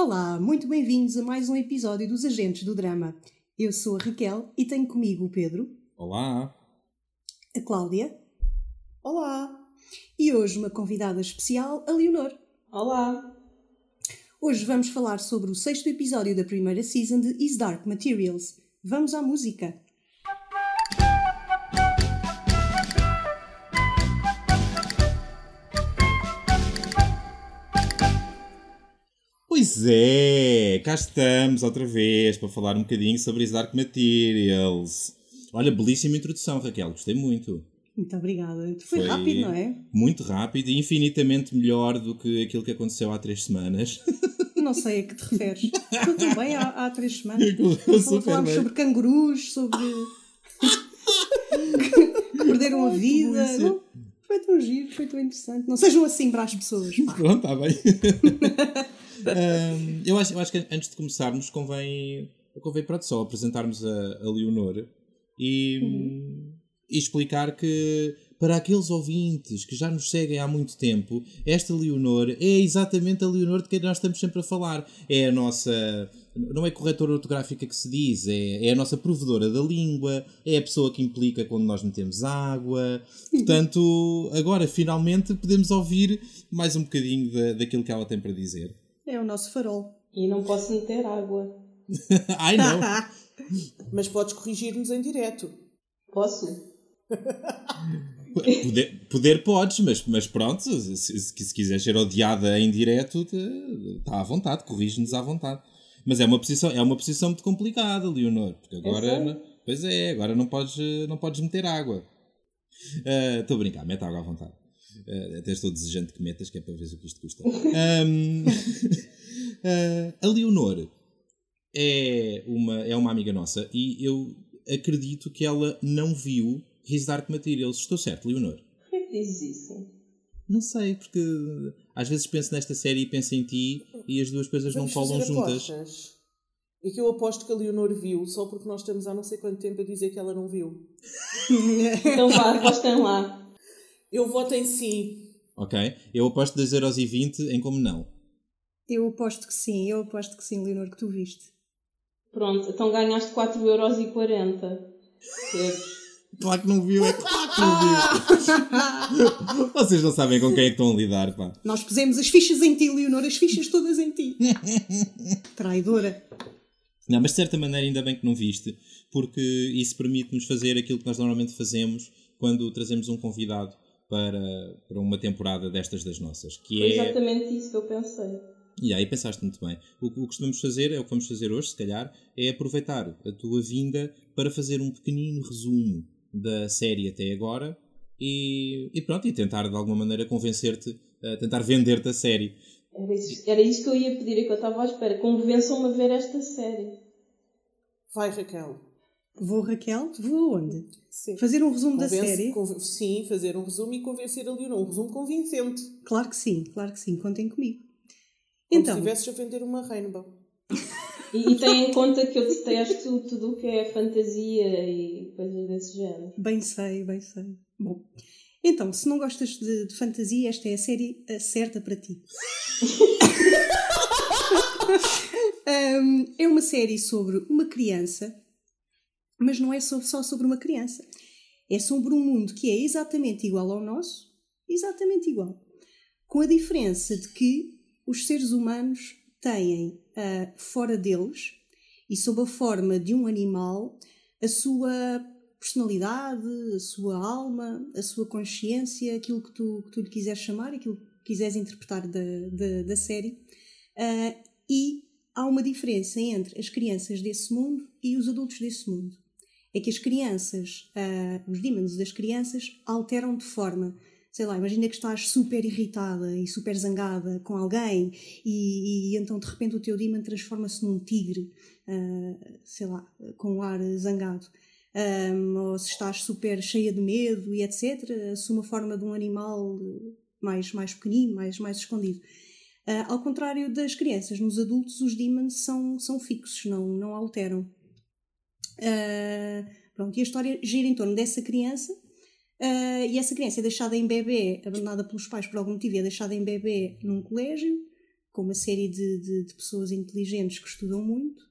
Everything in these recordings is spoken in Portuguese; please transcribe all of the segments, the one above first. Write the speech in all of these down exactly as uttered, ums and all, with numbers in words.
Olá, muito bem-vindos a mais um episódio dos Agentes do Drama. Eu sou a Raquel e tenho comigo o Pedro. Olá. A Cláudia. Olá. E hoje uma convidada especial, a Leonor. Olá. Hoje vamos falar sobre o sexto episódio da primeira season de His Dark Materials. Vamos à música. Pois é, cá estamos outra vez para falar um bocadinho sobre His Dark Materials. Olha, belíssima introdução, Raquel, gostei muito. Muito obrigada. Foi, Foi rápido, não é? Muito rápido e infinitamente melhor do que aquilo que aconteceu há três semanas. Não sei a que te referes. Eu também há, há três semanas. Super Falámos bem. sobre cangurus, sobre... que perderam a vida. Não, foi tão giro, foi tão interessante. Não sejam assim para as pessoas. Pá. Pronto, está bem. um, eu, acho, eu acho que antes de começarmos convém, convém pronto, só apresentarmos a, a Leonor e, uhum. e explicar que para aqueles ouvintes que já nos seguem há muito tempo, esta Leonor é exatamente a Leonor de quem nós estamos sempre a falar. É a nossa... Não é corretora ortográfica que se diz, é, é a nossa provedora da língua, é a pessoa que implica quando nós metemos água. Portanto, agora finalmente podemos ouvir mais um bocadinho da, daquilo que ela tem para dizer. É o nosso farol. E não posso meter água. Ai não! Mas podes corrigir-nos em direto. Posso? Poder, poder podes, mas, mas pronto, se, se, se quiseres ser odiada em direto, está à vontade, corrige-nos à vontade. Mas é uma posição, é uma posição muito complicada, Leonor, porque agora, não, pois é, agora não podes, não podes meter água. Estou uh, a brincar, mete água à vontade. Uh, até estou desejante que metas, que é para ver o que isto custa. Um, uh, a Leonor é uma, é uma amiga nossa e eu acredito que ela não viu His Dark Materials. Estou certo, Leonor? Por que dizes isso? Não sei, porque às vezes penso nesta série e penso em ti e as duas coisas Vamos não colam juntas. Apostas. E que eu aposto que a Leonor viu, só porque nós estamos há não sei quanto tempo a dizer que ela não viu. Então vá, apostem lá. Eu voto em sim. Ok, eu aposto dois euros e vinte em como não. Eu aposto que sim, eu aposto que sim, Leonor, que tu viste. Pronto, então ganhaste quatro euros e quarenta. Claro que não viu, é claro que não viu. Vocês não sabem com quem é que estão a lidar, pá. Nós pusemos as fichas em ti, Leonor, as fichas todas em ti. Traidora. Não, mas de certa maneira ainda bem que não viste, porque isso permite-nos fazer aquilo que nós normalmente fazemos quando trazemos um convidado para, para uma temporada destas das nossas. Que Foi é... exatamente isso que eu pensei. E aí pensaste muito bem. O, o que costumamos fazer, é o que vamos fazer hoje, se calhar, é aproveitar a tua vinda para fazer um pequenino resumo da série até agora e, e pronto, e tentar de alguma maneira convencer-te, uh, tentar vender-te a série. Era isso, era isso que eu ia pedir, é que eu estava à espera. Convençam-me a ver esta série. Vai, Raquel. Vou, Raquel? Vou aonde? Sim. Fazer um resumo Convence, da série? Conv... Sim, fazer um resumo e convencer a Leonor. Um resumo convincente. Claro que sim, claro que sim. Contem comigo. Como então, se estivesses a vender uma Rainbow. E, e tem em conta que eu detesto tudo o que é fantasia e coisas desse género. Bem sei, bem sei. Bom, então, se não gostas de, de fantasia, esta é a série certa para ti. um, é uma série sobre uma criança, mas não é só sobre uma criança. É sobre um mundo que é exatamente igual ao nosso, exatamente igual. Com a diferença de que os seres humanos têm uh, fora deles e sob a forma de um animal a sua personalidade, a sua alma, a sua consciência, aquilo que tu, que tu lhe quiseres chamar, aquilo que quiseres interpretar da, da, da série. Uh, e há uma diferença entre as crianças desse mundo e os adultos desse mundo. É que as crianças, uh, os demons das crianças, alteram de forma... Sei lá, imagina que estás super irritada e super zangada com alguém e, e então de repente o teu demon transforma-se num tigre, uh, sei lá, com um ar zangado. Um, ou se estás super cheia de medo e etcétera, assume a forma de um animal mais, mais pequenino, mais, mais escondido. Uh, ao contrário das crianças, nos adultos os demons são, são fixos, não, não alteram. Uh, pronto, e a história gira em torno dessa criança. Uh, e essa criança é deixada em bebê, abandonada pelos pais por algum motivo, é deixada em bebê num colégio, com uma série de, de, de pessoas inteligentes que estudam muito.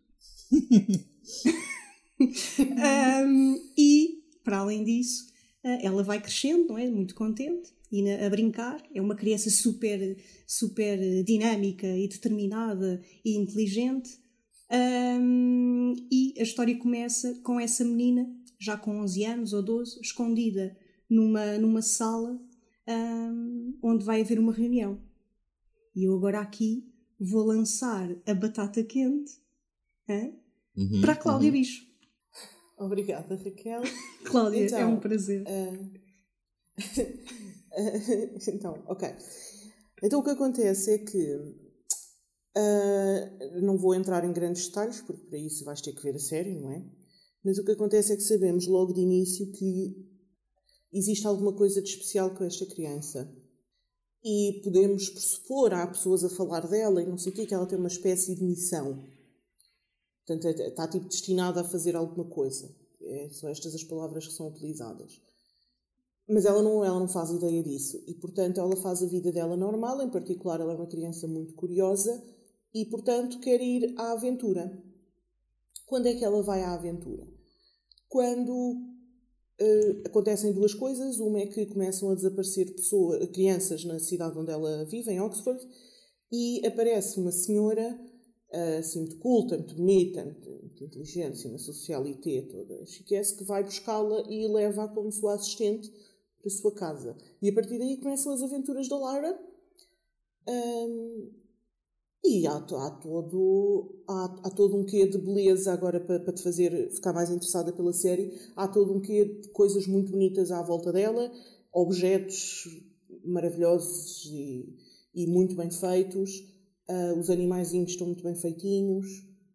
um, e, para além disso, ela vai crescendo, não é? Muito contente e na, a brincar. É uma criança super, super dinâmica e determinada e inteligente. Um, e a história começa com essa menina, já com onze anos ou doze, escondida numa, numa sala um, onde vai haver uma reunião. E eu agora aqui vou lançar a batata quente hein? Uhum, para a Cláudia uhum. Bicho. Obrigada, Raquel. Cláudia, então, é um prazer. Uh... então, ok. Então o que acontece é que uh, não vou entrar em grandes detalhes, porque para isso vais ter que ver a série, não é? Mas o que acontece é que sabemos logo de início que existe alguma coisa de especial com esta criança. E podemos pressupor, há pessoas a falar dela e não sei o quê, que ela tem uma espécie de missão. Portanto, está tipo destinada a fazer alguma coisa. É, são estas as palavras que são utilizadas. Mas ela não, ela não faz ideia disso. E, portanto, ela faz a vida dela normal. Em particular, ela é uma criança muito curiosa e, portanto, quer ir à aventura. Quando é que ela vai à aventura? Quando uh, acontecem duas coisas. Uma é que começam a desaparecer pessoas, crianças na cidade onde ela vive, em Oxford, e aparece uma senhora assim, muito culta, muito bonita, muito inteligente, uma socialité toda chiquece, que vai buscá-la e leva-a como sua assistente para a sua casa. E a partir daí começam as aventuras da Lara. Um, e há, há, todo, há, há todo um quê de beleza, agora para, para te fazer ficar mais interessada pela série, há todo um quê de coisas muito bonitas à volta dela, objetos maravilhosos e, e muito bem feitos. Uh, os animaizinhos estão muito bem feitinhos.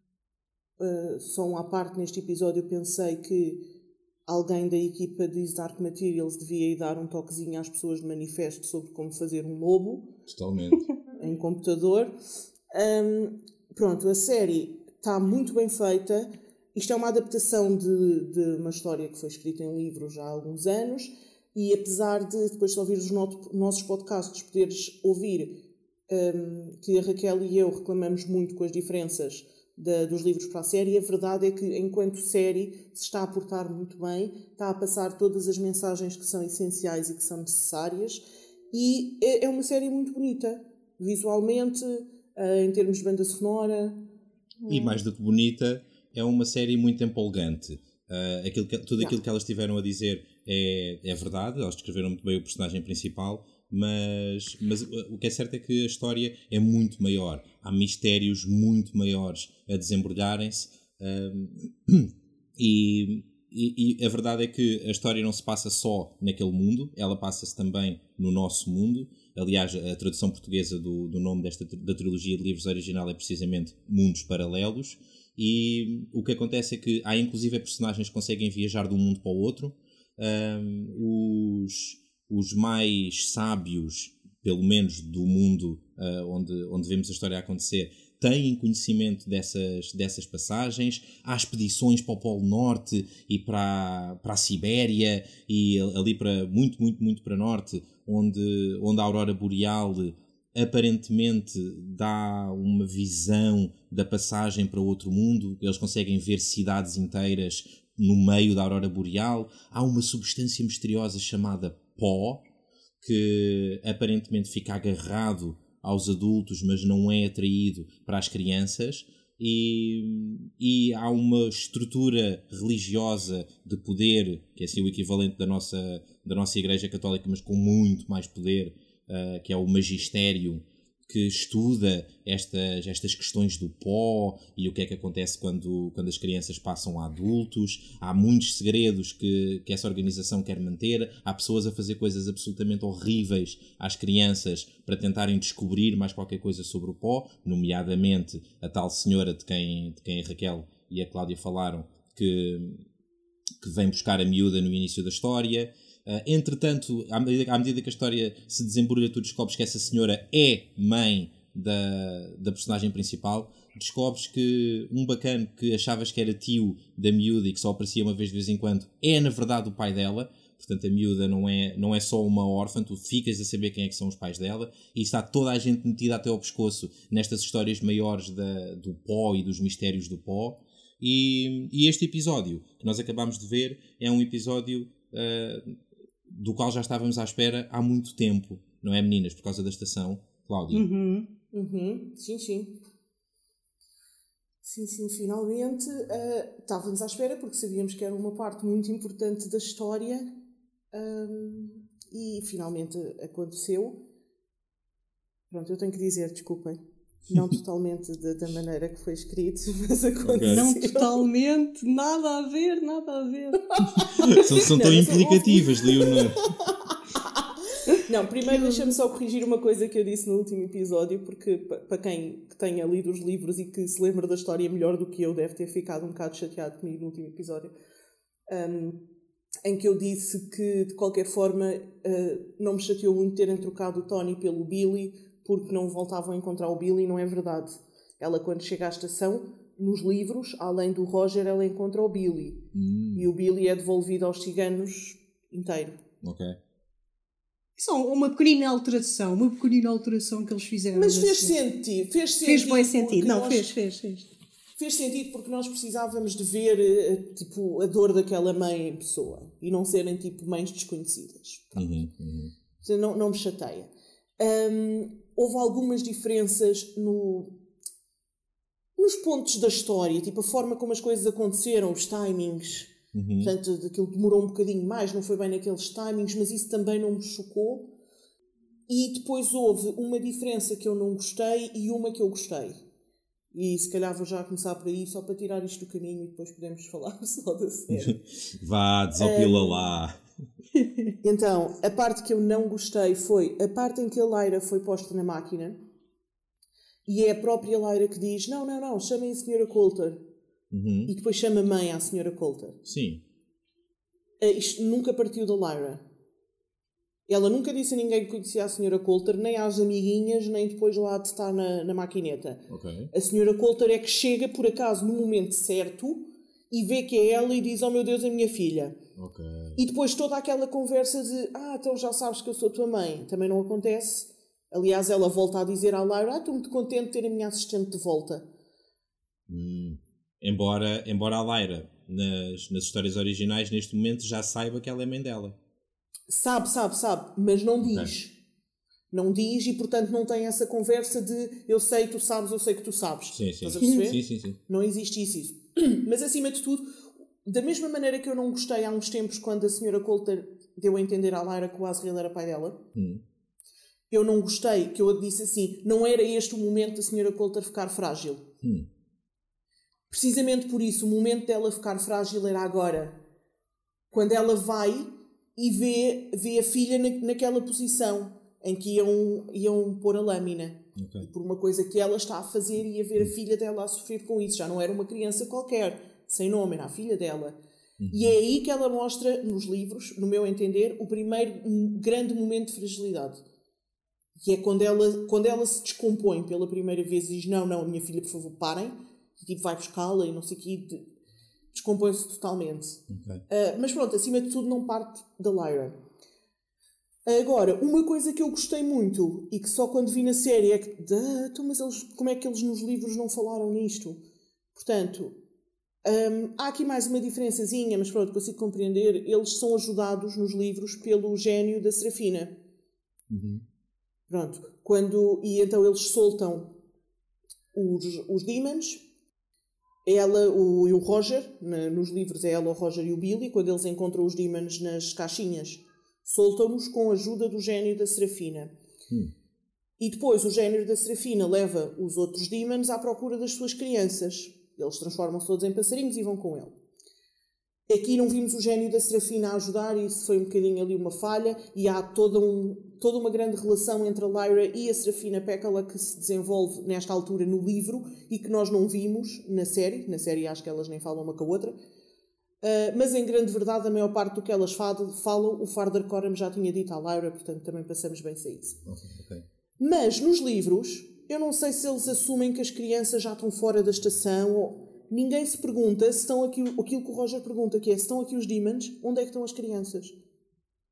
Uh, só uma parte neste episódio eu pensei que alguém da equipa de Dark Materials devia ir dar um toquezinho às pessoas de manifesto sobre como fazer um lobo. Totalmente. Em computador. Um, pronto, a série está muito bem feita. Isto é uma adaptação de, de uma história que foi escrita em livro já há alguns anos e apesar de depois de ouvir os no- nossos podcasts poderes ouvir Um, que a Raquel e eu reclamamos muito com as diferenças de, dos livros para a série, a verdade é que enquanto série se está a portar muito bem, está a passar todas as mensagens que são essenciais e que são necessárias e é, é uma série muito bonita visualmente, uh, em termos de banda sonora. E mais do que bonita, é uma série muito empolgante. Uh, aquilo que, tudo aquilo yeah. que elas tiveram a dizer é, é verdade, elas descreveram muito bem o personagem principal. Mas, mas o que é certo é que a história é muito maior. Há mistérios muito maiores a desembrulharem-se um, e, e, e a verdade é que a história não se passa só naquele mundo, ela passa-se também no nosso mundo. Aliás, a tradução portuguesa do, do nome desta, da trilogia de livros original é precisamente Mundos Paralelos. E o que acontece é que há inclusive personagens que conseguem viajar de um mundo para o outro. Um, os... Os mais sábios, pelo menos do mundo uh, onde, onde vemos a história acontecer, têm conhecimento dessas, dessas passagens. Há expedições para o Polo Norte e para, para a Sibéria e ali para muito, muito, muito para norte, onde, onde a aurora boreal aparentemente dá uma visão da passagem para outro mundo. Eles conseguem ver cidades inteiras no meio da aurora boreal. Há uma substância misteriosa chamada pó, que aparentemente fica agarrado aos adultos, mas não é atraído para as crianças, e, e há uma estrutura religiosa de poder, que é assim o equivalente da nossa, da nossa Igreja Católica, mas com muito mais poder, uh, que é o magistério, que estuda estas, estas questões do pó e o que é que acontece quando, quando as crianças passam a adultos. Há muitos segredos que, que essa organização quer manter. Há pessoas a fazer coisas absolutamente horríveis às crianças para tentarem descobrir mais qualquer coisa sobre o pó, nomeadamente a tal senhora de quem, de quem a Raquel e a Cláudia falaram, que, que vem buscar a miúda no início da história. Uh, entretanto, à medida, à medida que a história se desembrulha, tu descobres que essa senhora é mãe da, da personagem principal. Descobres que um bacana que achavas que era tio da miúda e que só aparecia uma vez de vez em quando é na verdade o pai dela. Portanto, a miúda não é, não é só uma órfã, tu ficas a saber quem é que são os pais dela, e está toda a gente metida até ao pescoço nestas histórias maiores da, do pó e dos mistérios do pó. E, e este episódio que nós acabámos de ver é um episódio uh, do qual já estávamos à espera há muito tempo, não é, meninas? Por causa da estação, Cláudia? Uhum. Uhum. Sim, sim. Sim, sim, finalmente uh, estávamos à espera porque sabíamos que era uma parte muito importante da história, um, e finalmente aconteceu. Pronto, eu tenho que dizer, desculpem, não totalmente da, da maneira que foi escrito, mas aconteceu. Okay. Não totalmente, nada a ver, nada a ver. são, são tão não, implicativas, Leonor. Não, primeiro deixa-me só corrigir uma coisa que eu disse no último episódio, porque para quem tenha lido os livros e que se lembra da história melhor do que eu, deve ter ficado um bocado chateado comigo no último episódio, um, em que eu disse que, de qualquer forma, uh, não me chateou muito terem trocado o Tony pelo Billy, porque não voltavam a encontrar o Billy. Não é verdade. Ela, quando chega à estação, nos livros, além do Roger, ela encontra o Billy. Hum. E o Billy é devolvido aos ciganos inteiro. Ok. Só uma pequenina alteração, uma pequenina alteração que eles fizeram. Mas fez sentido. Fez, sentido fez bem sentido. Não, nós, fez, fez, fez. Fez sentido porque nós precisávamos de ver tipo, a dor daquela mãe em pessoa e não serem tipo mães desconhecidas. Uhum, uhum. Não, não me chateia. Um, houve algumas diferenças no, nos pontos da história, tipo a forma como as coisas aconteceram, os timings. Uhum. Portanto, aquilo demorou um bocadinho mais, não foi bem naqueles timings, mas isso também não me chocou. E depois houve uma diferença que eu não gostei e uma que eu gostei. E se calhar vou já começar por aí, só para tirar isto do caminho, e depois podemos falar só da série. Vá, desopila um, lá. Então, a parte que eu não gostei foi a parte em que a Lyra foi posta na máquina e é a própria Lyra que diz: não, não, não, chamem a senhora Coulter. Uhum. E depois chama mãe à senhora Coulter. Sim. Isto nunca partiu da Lyra. Ela nunca disse a ninguém que conhecia a senhora Coulter, nem às amiguinhas, nem depois lá de estar na, na maquineta. Okay. A senhora Coulter é que chega, por acaso, no momento certo e vê que é ela e diz: oh meu Deus, a minha filha. Okay. E depois toda aquela conversa de: ah, então já sabes que eu sou tua mãe. Também não acontece. Aliás, ela volta a dizer à Lyra: ah, estou muito contente de ter a minha assistente de volta. Hum. Embora, embora a Lyra, nas, nas histórias originais, neste momento, já saiba que ela é mãe dela. Sabe, sabe, sabe, mas não diz. Okay. Não diz e, portanto, não tem essa conversa de eu sei, tu sabes, eu sei que tu sabes. Sim, sim. Estás a perceber? Sim, sim, sim. Não existe isso, isso. Mas, acima de tudo, da mesma maneira que eu não gostei há uns tempos quando a senhora Coulter deu a entender à Lyra que o Asriel era pai dela, hum. eu não gostei que eu disse assim: não era este o momento da senhora Coulter ficar frágil. Hum. Precisamente por isso, o momento dela ficar frágil era agora. Quando ela vai e vê, vê a filha na, naquela posição em que iam, iam pôr a lâmina. Okay. Por uma coisa que ela está a fazer e a ver a filha dela a sofrer com isso. Já não era uma criança qualquer, sem nome, era a filha dela. Uhum. E é aí que ela mostra, nos livros, no meu entender, o primeiro grande momento de fragilidade. Que é quando ela, quando ela se descompõe pela primeira vez e diz: não, não, minha filha, por favor, parem. E tipo, vai buscá-la e não sei o quê, de, descompõe-se totalmente. Okay. Uh, mas pronto, acima de tudo não parte da Lyra. Agora, uma coisa que eu gostei muito e que só quando vi na série é que, então, mas eles, como é que eles nos livros não falaram nisto? Portanto, um, há aqui mais uma diferençazinha, mas pronto, consigo compreender. Eles são ajudados nos livros pelo gênio da Serafina. Uhum. Pronto, quando, e então eles soltam os, os demons. Ela o, e o Roger, na, nos livros é ela, o Roger e o Billy, quando eles encontram os demons nas caixinhas, soltam-nos com a ajuda do gênio da Serafina. Hum. E depois o gênio da Serafina leva os outros demons à procura das suas crianças. Eles transformam-se todos em passarinhos e vão com ele. Aqui não vimos o gênio da Serafina a ajudar, e isso foi um bocadinho ali uma falha, e há toda, um, toda uma grande relação entre a Lyra e a Serafina Pekkala que se desenvolve nesta altura no livro e que nós não vimos na série. Na série acho que elas nem falam uma com a outra. Uh, mas em grande verdade a maior parte do que elas falam, o Farder Coram já tinha dito à Lyra, portanto também passamos bem sem isso. Okay, okay. Mas nos livros, eu não sei se eles assumem que as crianças já estão fora da estação ou... Ninguém se pergunta se estão aqui, aquilo que o Roger pergunta, que é: se estão aqui os demons, onde é que estão as crianças?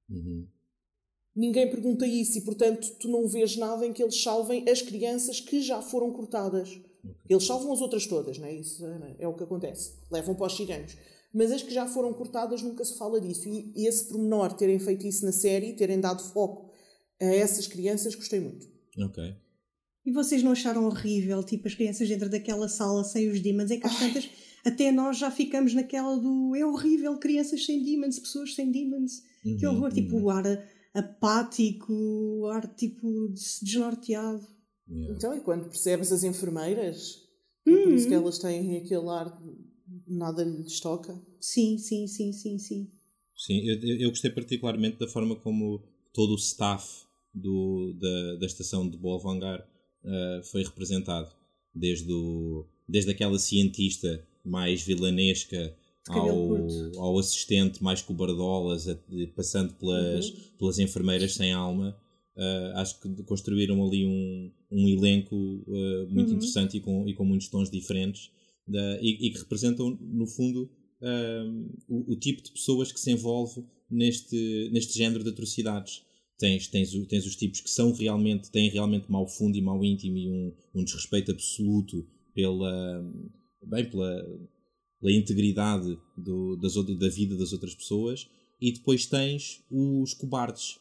Uhum. Ninguém pergunta isso e, portanto, tu não vês nada em que eles salvem as crianças que já foram cortadas. Okay. Eles salvam as outras todas, não é? Isso é, é o que acontece. Levam para os ciganos. Mas as que já foram cortadas nunca se fala disso. E, e esse pormenor, terem feito isso na série, terem dado foco a essas crianças, gostei muito. Ok. E vocês não acharam horrível, tipo, as crianças dentro daquela sala sem os demons? É que às tantas, até nós já ficamos naquela do... É horrível, crianças sem demons, pessoas sem demons. Uhum, que horror, uhum. Tipo, o ar apático, o ar, tipo, desnorteado. Yeah. Então, e quando percebes as enfermeiras, uhum. É por isso que elas têm aquele ar... Nada lhes toca. Sim, sim, sim, sim, sim. Sim, eu, eu gostei particularmente da forma como todo o staff do, da, da estação de Bolvangar uh, foi representado. Desde, o, desde aquela cientista mais vilanesca ao, ao assistente mais cobardolas, a, passando pelas, uhum. pelas enfermeiras sem alma. Uh, acho que construíram ali um, um elenco uh, muito uhum. interessante e com, e com muitos tons diferentes. Da, e, e que representam, no fundo, um, o, o tipo de pessoas que se envolve neste, neste género de atrocidades. Tens, tens, tens os tipos que são realmente, têm realmente mau fundo e mau íntimo e um, um desrespeito absoluto pela, bem, pela, pela integridade do, das, da vida das outras pessoas, e depois tens os cobardes.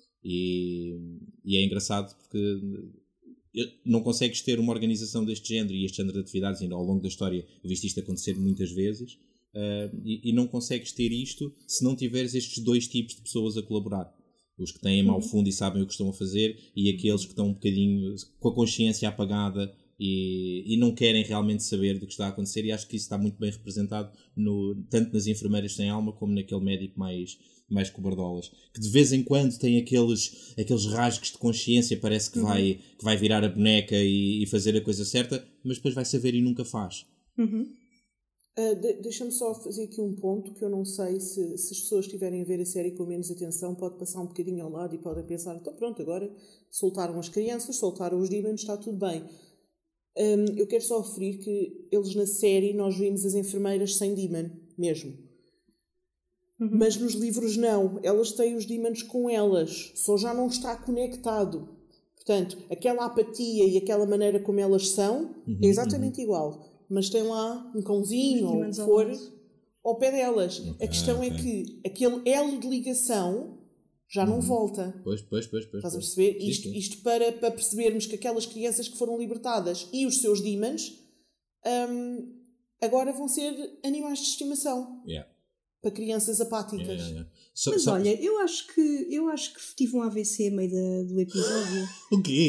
E, e é engraçado porque... não consegues ter uma organização deste género e este género de atividades, ainda ao longo da história viste isto acontecer muitas vezes, uh, e, e não consegues ter isto se não tiveres estes dois tipos de pessoas a colaborar. Os que têm mau fundo e sabem o que estão a fazer, e aqueles que estão um bocadinho com a consciência apagada e, e não querem realmente saber do que está a acontecer, e acho que isso está muito bem representado no, tanto nas enfermeiras sem alma como naquele médico mais... mais cobardolas, que de vez em quando tem aqueles, aqueles rasgos de consciência, parece que, uhum. vai, que vai virar a boneca e, e fazer a coisa certa, mas depois vai saber e nunca faz. Uhum. Uh, de, deixa-me só fazer aqui um ponto que eu não sei se, se as pessoas estiverem a ver a série com menos atenção, pode passar um bocadinho ao lado e podem pensar, então pronto, agora soltaram as crianças, soltaram os demons, está tudo bem. Um, eu quero só referir que eles na série, nós vimos as enfermeiras sem demon, mesmo. Uhum. Mas nos livros não, elas têm os demons com elas, só já não está conectado. Portanto, aquela apatia e aquela maneira como elas são uhum, é exatamente uhum. igual, mas tem lá um cãozinho ou o que for ao pé delas. Okay, a questão okay. é que aquele elo de ligação já uhum. não volta. Pois, pois, pois, pois. Estás a perceber? Sim, isto, sim. isto para, para percebermos que aquelas crianças que foram libertadas e os seus demons um, agora vão ser animais de estimação. Yeah. Para crianças apáticas. Yeah, yeah, yeah. So, Mas so, olha, eu acho que eu acho que tive um A V C a meio da, do episódio. O quê?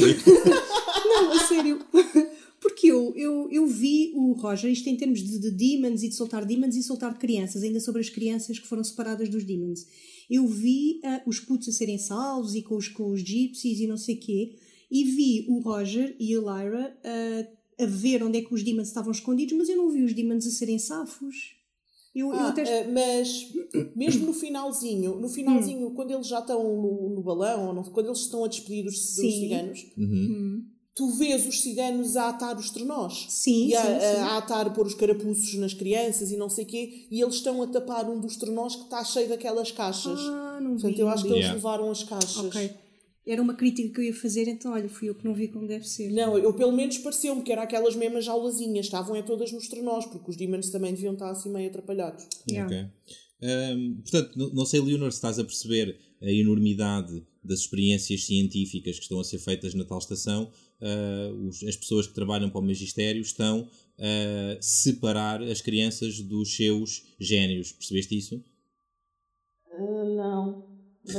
Não, a sério. Porque eu, eu, eu vi o Roger, isto em termos de, de demons e de soltar demons e soltar crianças, ainda sobre as crianças que foram separadas dos demons. Eu vi uh, os putos a serem salvos e com os, com os gypsies e não sei o quê, e vi o Roger e a Lyra uh, a ver onde é que os demons estavam escondidos, mas eu não vi os demons a serem safos. Eu, ah, eu até... uh, mas mesmo no finalzinho, no finalzinho hum. quando eles já estão no, no balão, ou no, quando eles estão a despedir os, dos ciganos, uhum. tu vês os ciganos a atar os trenós. Sim, e a, sim, sim. a, a atar, a pôr os carapuços nas crianças e não sei o quê, e eles estão a tapar um dos trenós que está cheio daquelas caixas. Ah, não Portanto, vi. eu acho que yeah. eles levaram as caixas. Ok. Era uma crítica que eu ia fazer, então olha, fui eu que não vi como deve ser. Não, eu pelo menos pareceu-me que era aquelas mesmas jaulazinhas, estavam é todas nos trenós, porque os demons também deviam estar assim meio atrapalhados. Yeah. Ok. Um, portanto, não, não sei, Leonor, se estás a perceber a enormidade das experiências científicas que estão a ser feitas na tal estação. Uh, os, as pessoas que trabalham para o magistério estão a separar as crianças dos seus génios. Percebeste isso? Uh, não.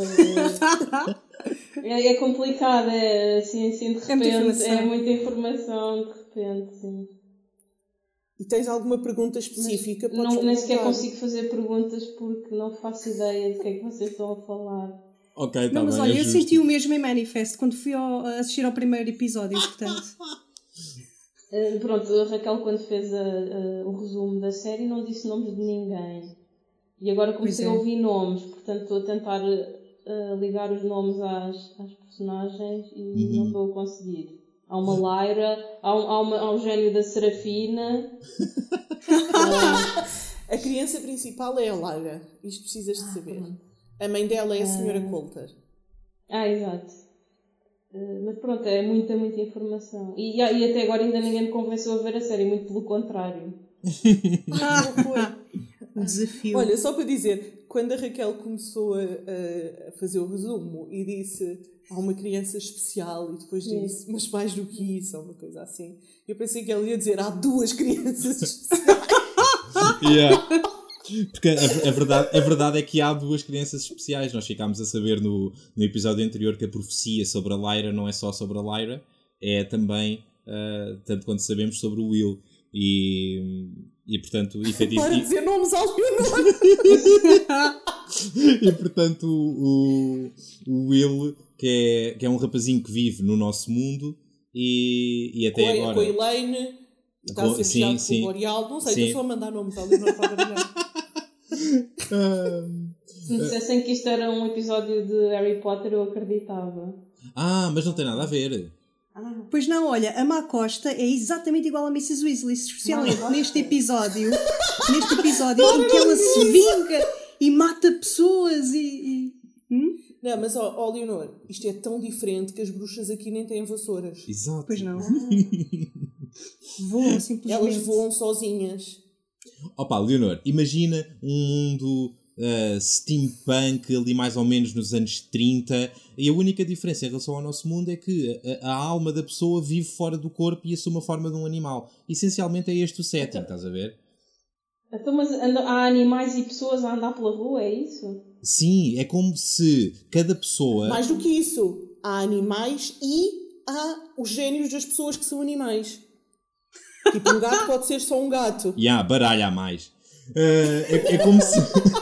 É, é complicado, é assim, assim de repente, é muita, é muita informação de repente, sim. E tens alguma pergunta específica? Mas não, nem sequer consigo fazer perguntas porque não faço ideia de que é que vocês estão a falar. Ok, tá não, mas bem, olha, é eu justo. senti o mesmo em Manifest quando fui ao, assistir ao primeiro episódio, portanto. uh, pronto, a Raquel, quando fez a, a, o resumo da série, não disse nomes de ninguém. E agora comecei é. a ouvir nomes, portanto estou a tentar uh, ligar os nomes às, às personagens e uhum. não estou a conseguir. Há uma Lyra, há um, há uma, há um gênio da Serafina. uh... A criança principal é a Lyra, isto precisas de saber. Ah, A mãe dela é a senhora ah. Coulter. Ah, exato. Uh, mas pronto, é muita, muita informação. E, e até agora ainda ninguém me convenceu a ver a série, muito pelo contrário. Ah, não foi. Um desafio. Olha, só para dizer, quando a Raquel começou a, a fazer o resumo e disse há uma criança especial e depois disse, mas mais do que isso, ou uma coisa assim, eu pensei que ela ia dizer há duas crianças especiais. Yeah. Porque a, a, verdade, a verdade é que há duas crianças especiais. Nós ficámos a saber no, no episódio anterior que a profecia sobre a Lyra não é só sobre a Lyra, é também, uh, tanto quanto sabemos, sobre o Will. E, e portanto, efetivamente. Para dizer nomes ao Leonor! E portanto, o, o Will, que é, que é um rapazinho que vive no nosso mundo, e, e até com, agora. Com a Elaine, está a ser fechado pelo L'Oreal, não sei, estou só a mandar nomes ao Leonor para baralhar. Se me dissessem que isto era um episódio de Harry Potter, eu acreditava. Ah, mas não tem nada a ver. Ah. Pois não, olha, a Má Costa é exatamente igual a missus Weasley, especialmente neste episódio, neste episódio em que ela se vinga e mata pessoas e... e... Hum? Não, mas ó, ó Leonor, isto é tão diferente que as bruxas aqui nem têm vassouras. Exato. Pois não. Voam simplesmente. Elas voam sozinhas. Opa, Leonor, imagina um mundo uh, steampunk ali mais ou menos nos anos trinta, e a única diferença em relação ao nosso mundo é que a, a alma da pessoa vive fora do corpo e assume a forma de um animal. Essencialmente é este o setting, estás a ver? Então, mas há animais e pessoas a andar pela rua, é isso? Sim, é como se cada pessoa... Mais do que isso, há animais e há os génios das pessoas que são animais. Tipo, um gato pode ser só um gato. E há baralha a mais. Uh, é, é como se...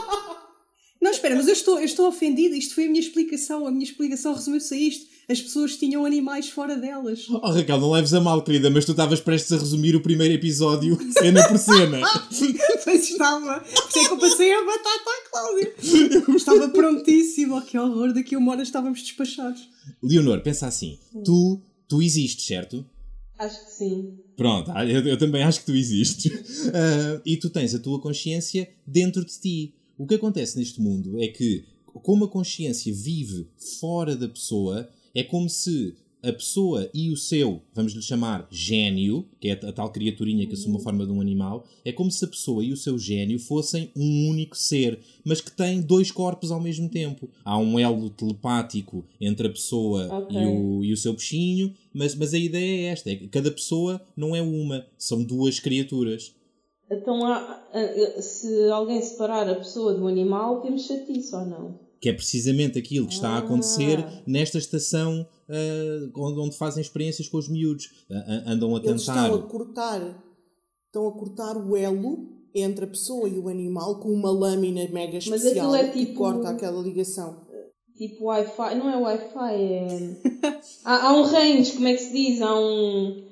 Não, espera, mas eu estou, eu estou ofendida. Isto foi a minha explicação. A minha explicação resumiu-se a isto. As pessoas tinham animais fora delas. Oh, Raquel, não leves a mal, querida, mas tu estavas prestes a resumir o primeiro episódio, cena por cena. Pois estava. Por isso é que eu passei a batata à Cláudia. Estava prontíssimo. Oh, que horror. Daqui a uma hora estávamos despachados. Leonor, pensa assim. Tu, tu existes, certo? Acho que sim. Pronto, eu, eu também acho que tu existes. Uh, e tu tens a tua consciência dentro de ti. O que acontece neste mundo é que, como a consciência vive fora da pessoa, é como se a pessoa e o seu, vamos lhe chamar gênio, que é a tal criaturinha que assume a forma de um animal, é como se a pessoa e o seu gênio fossem um único ser, mas que tem dois corpos ao mesmo tempo. Há um elo telepático entre a pessoa okay. e, o, e o seu bichinho, mas, mas a ideia é esta, é que cada pessoa não é uma, são duas criaturas. Então, há, se alguém separar a pessoa do animal, temos chatice ou não? Que é precisamente aquilo que está a acontecer ah. nesta estação uh, onde fazem experiências com os miúdos. Uh, andam a tentar... Eles estão a cortar, estão a cortar o elo entre a pessoa e o animal com uma lâmina mega especial é tipo, que corta aquela ligação. Tipo Wi-Fi, não é Wi-Fi, é... há, há um range, como é que se diz? Há um...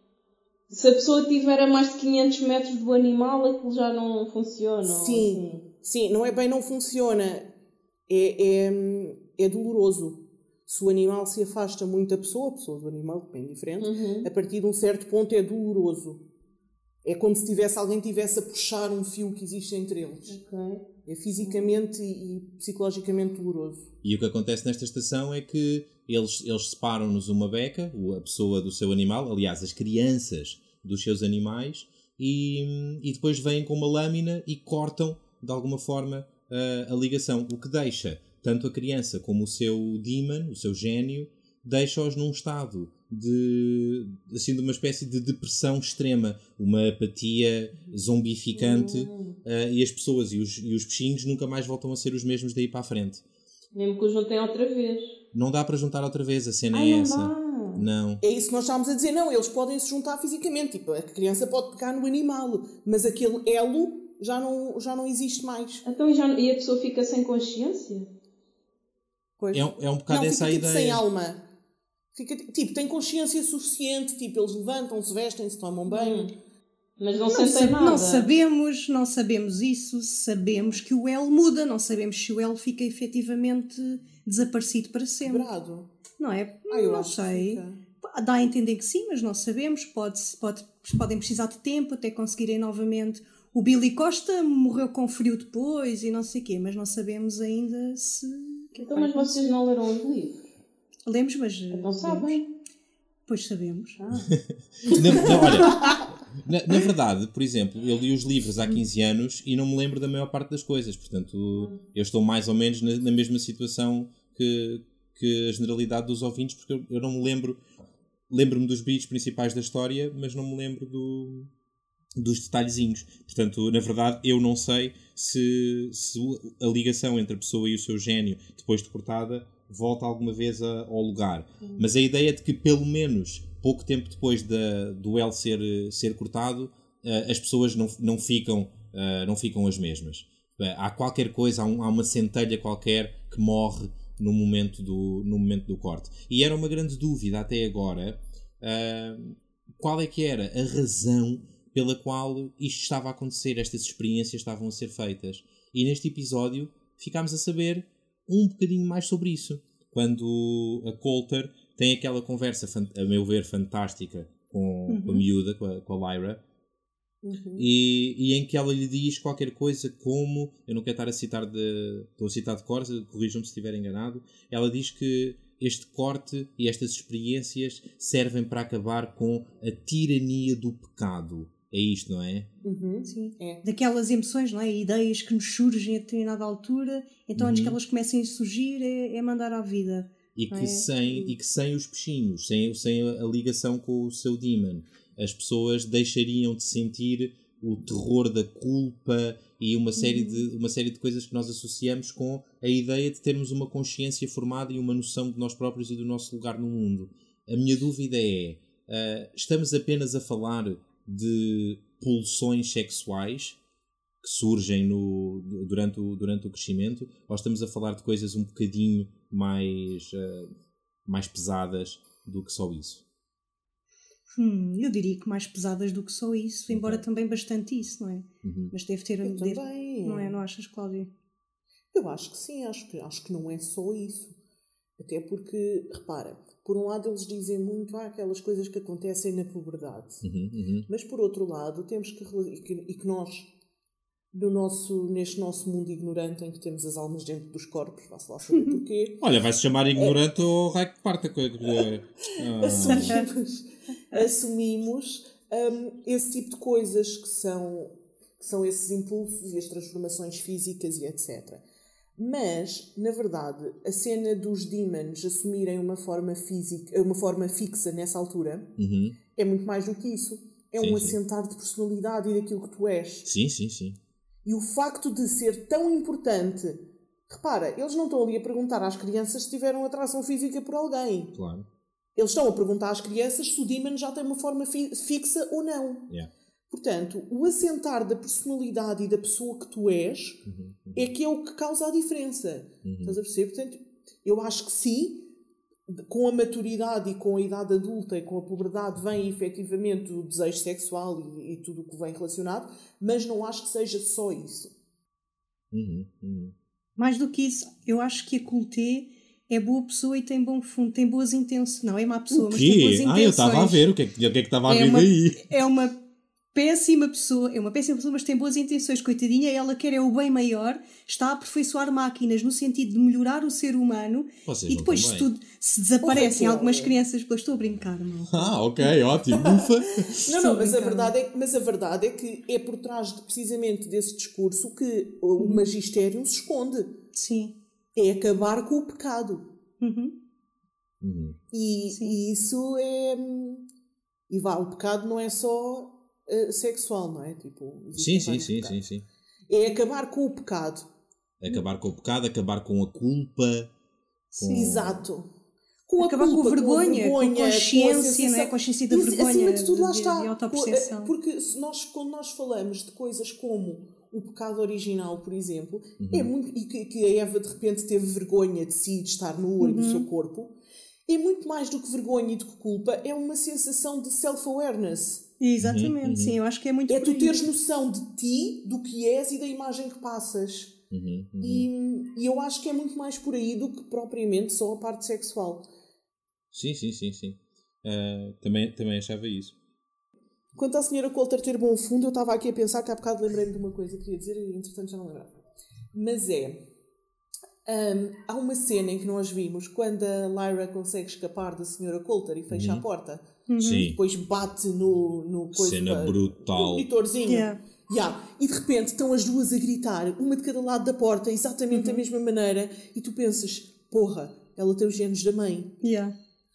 Se a pessoa tiver a mais de quinhentos metros do animal, aquilo já não funciona. Sim, assim. Sim, não é bem não funciona. É, é, é doloroso. Se o animal se afasta muito da pessoa, a pessoa do animal, bem diferente, uhum. a partir de um certo ponto é doloroso. É como se tivesse, alguém tivesse a puxar um fio que existe entre eles. Okay. É fisicamente e, e psicologicamente doloroso. E o que acontece nesta estação é que eles, eles separam-nos uma beca, a pessoa do seu animal, aliás, as crianças dos seus animais, e, e depois vêm com uma lâmina e cortam, de alguma forma, a, a ligação. O que deixa tanto a criança como o seu demon, o seu gênio, deixa-os num estado de, assim, de uma espécie de depressão extrema, uma apatia zombificante, uhum. uh, e as pessoas e os, e os bichinhos nunca mais voltam a ser os mesmos daí para a frente. Mesmo que os juntem outra vez. Não dá para juntar outra vez, a cena Ai, é não essa. Dá. Não. É isso que nós estávamos a dizer. Não, eles podem se juntar fisicamente. Tipo, a criança pode pegar no animal, mas aquele elo já não, já não existe mais. Então e, já, e a pessoa fica sem consciência? Pois. É, é um bocado não, essa fica, tipo, ideia. Sem alma. Fica, tipo, tem consciência suficiente. Tipo, eles levantam-se, vestem-se, tomam banho. Hum. Mas não, não sentem nada. Não sabemos, não sabemos isso. Sabemos que o elo muda. Não sabemos se o elo fica efetivamente desaparecido para sempre. Quebrado. Não é? Ah, eu não acho sei. Que dá a entender que sim, mas não sabemos. Pode, pode, podem precisar de tempo até conseguirem novamente o Billy Costa morreu com frio depois e não sei o quê, mas não sabemos ainda se... Então, mas vocês não leram os livros? Lemos, mas... Então sabem. Pois sabemos. Ah. na, na, olha, na, na verdade, por exemplo, eu li os livros há quinze anos e não me lembro da maior parte das coisas. Portanto, eu estou mais ou menos na, na mesma situação que, que a generalidade dos ouvintes, porque eu, eu não me lembro... Lembro-me dos beats principais da história, mas não me lembro do, dos detalhezinhos. Portanto, na verdade, eu não sei se, se a ligação entre a pessoa e o seu gênio, depois de cortada, volta alguma vez a, ao lugar. Uhum. Mas a ideia de que, pelo menos, pouco tempo depois da, do L ser, ser cortado, uh, as pessoas não, não, ficam, uh, não ficam as mesmas. Uh, há qualquer coisa, há, um, há uma centelha qualquer que morre no momento do, no momento do corte. E era uma grande dúvida até agora uh, qual é que era a razão pela qual isto estava a acontecer, estas experiências estavam a ser feitas. E neste episódio ficámos a saber um bocadinho mais sobre isso. Quando a Coulter tem aquela conversa, a meu ver, fantástica com, uhum. com a miúda, com a, com a Lyra, uhum. e, e em que ela lhe diz qualquer coisa como, eu não quero estar a citar de, estou a citar de cor, corrijam-me se estiver enganado, ela diz que este corte e estas experiências servem para acabar com a tirania do pecado. É isto, não é? Uhum, sim. É. Daquelas emoções, não é? Ideias que nos surgem a determinada altura, então uhum. antes que elas comecem a surgir é, é mandar à vida. E que, é? sem, e que sem os peixinhos, sem, sem a ligação com o seu demon, as pessoas deixariam de sentir o terror da culpa e uma série, uhum. de, uma série de coisas que nós associamos com a ideia de termos uma consciência formada e uma noção de nós próprios e do nosso lugar no mundo. A minha dúvida é, uh, estamos apenas a falar de pulsões sexuais que surgem no, durante, o, durante o crescimento, ou estamos a falar de coisas um bocadinho mais, uh, mais pesadas do que só isso? Hum, eu diria que mais pesadas do que só isso, okay. embora também bastante isso, não é? Uhum. Mas deve ter... Eu deve, também. Não é? Não achas, Cláudia? Eu acho que sim, acho que, acho que não é só isso. Até porque, repara, por um lado eles dizem muito ah, aquelas coisas que acontecem na puberdade. Uhum, uhum. Mas por outro lado, temos que... E que, e que nós, no nosso, neste nosso mundo ignorante em que temos as almas dentro dos corpos, vá-se lá saber porquê... Olha, vai-se chamar ignorante é... ou raio que parte a coisa. Ah. Assumimos, assumimos um, esse tipo de coisas que são, que são esses impulsos e as transformações físicas e etcétera. Mas, na verdade, a cena dos demons assumirem uma forma física, uma forma fixa nessa altura, uhum. é muito mais do que isso. É sim, um assentar sim. de personalidade e daquilo que tu és. Sim, sim, sim. E o facto de ser tão importante... Repara, eles não estão ali a perguntar às crianças se tiveram atração física por alguém. Claro. Eles estão a perguntar às crianças se o demon já tem uma forma fi- fixa ou não. Yeah. Portanto, o assentar da personalidade e da pessoa que tu és uhum, uhum. é que é o que causa a diferença. Uhum. Estás a perceber? Portanto, eu acho que sim, com a maturidade e com a idade adulta e com a puberdade vem efetivamente o desejo sexual e, e tudo o que vem relacionado, mas não acho que seja só isso. Uhum, uhum. Mais do que isso, eu acho que a Coulter é boa pessoa e tem bom fundo, tem boas intenções. Não é má pessoa, mas tem boas intenções. Ah, eu estava a ver o que é que, o que, é que estava a é ver uma, daí. É uma péssima pessoa, é uma péssima pessoa, mas tem boas intenções, coitadinha. Ela quer é o bem maior, está a aperfeiçoar máquinas no sentido de melhorar o ser humano. Vocês e depois, se, tudo, se desaparecem oh, algumas crianças, depois estou a brincar, não? Ah, ok, ótimo, ufa. Não, não, mas a, verdade é, mas a verdade é que é por trás de, precisamente desse discurso que o uhum. magistério se esconde. Sim. É acabar com o pecado. Uhum. Uhum. E, e isso é... E vá, o pecado não é só uh, sexual, não é? Tipo, sim, sim, sim, sim, sim. É acabar com o pecado. Acabar com o pecado, acabar com a culpa. Com... Exato. Com acabar a culpa, com a vergonha, com a, vergonha, com a consciência, com a não é? A consciência da vergonha. Acima de tudo, lá de, está. De autoperceção. Porque se nós, quando nós falamos de coisas como o pecado original, por exemplo, uhum. é muito, e que, que a Eva de repente teve vergonha de si, de estar nua e uhum. do seu corpo, é muito mais do que vergonha e do que culpa, é uma sensação de self-awareness. Exatamente, uhum. sim, eu acho que é muito É tu teres noção de ti, do que és e da imagem que passas. Uhum. Uhum. E, e eu acho que é muito mais por aí do que propriamente só a parte sexual. Sim, sim, sim, sim. Uh, também, também achava isso. Quanto à senhora Coulter ter bom fundo, eu estava aqui a pensar que há bocado lembrei-me de uma coisa que queria dizer e entretanto já não lembrava. Mas é... Um, há uma cena em que nós vimos quando a Lyra consegue escapar da senhora Coulter e fecha uhum. a porta. Uhum. Sim. Depois bate no... no coisa, cena para, brutal. no monitorzinho. Yeah. Yeah. E de repente estão as duas a gritar, uma de cada lado da porta, exatamente Uhum. da mesma maneira. E tu pensas, porra, ela tem os genes da mãe. Yeah.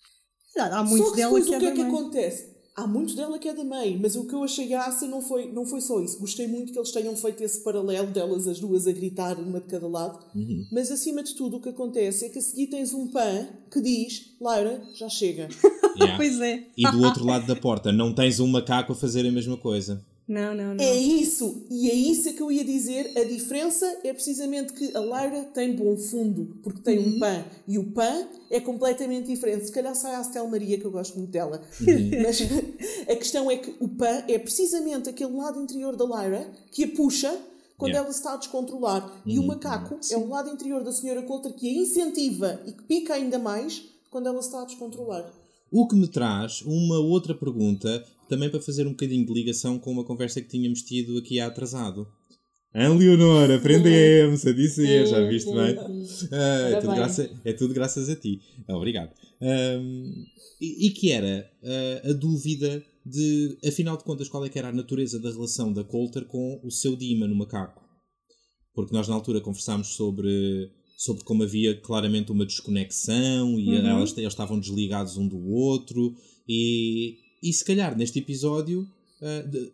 Há muitos Só que dela depois que é o que é da que mãe. acontece? Há muitos dela que é da mãe, mas o que eu achei graça não foi, não foi só isso. Gostei muito que eles tenham feito esse paralelo delas as duas a gritar, uma de cada lado. Uhum. Mas acima de tudo o que acontece é que a seguir tens um pã que diz, Lyra, já chega. Yeah. Pois é. E do outro lado da porta não tens um macaco a fazer a mesma coisa. Não, não, não. É isso! E é isso que eu ia dizer. A diferença é precisamente que a Lyra tem bom fundo, porque tem Uhum. um pã. E o pã é completamente diferente. Se calhar sai a Astel Maria, que eu gosto muito dela. Uhum. Mas a questão é que o pã é precisamente aquele lado interior da Lyra que a puxa quando Yeah. ela se está a descontrolar. E o Uhum. macaco é o lado interior da senhora Coulter que a incentiva e que pica ainda mais quando ela se está a descontrolar. O que me traz uma outra pergunta, também para fazer um bocadinho de ligação com uma conversa que tínhamos tido aqui há atrasado. Ah, Leonor, aprendemos a dizer, já viste bem? Ah, é, tudo graça, é tudo graças a ti. Ah, obrigado. Um, e, e que era uh, a dúvida de, afinal de contas, qual é que era a natureza da relação da Coulter com o seu Demon, o macaco? Porque nós na altura conversámos sobre... sobre como havia claramente uma desconexão e uhum. elas, eles estavam desligados um do outro e, e se calhar neste episódio uh, de,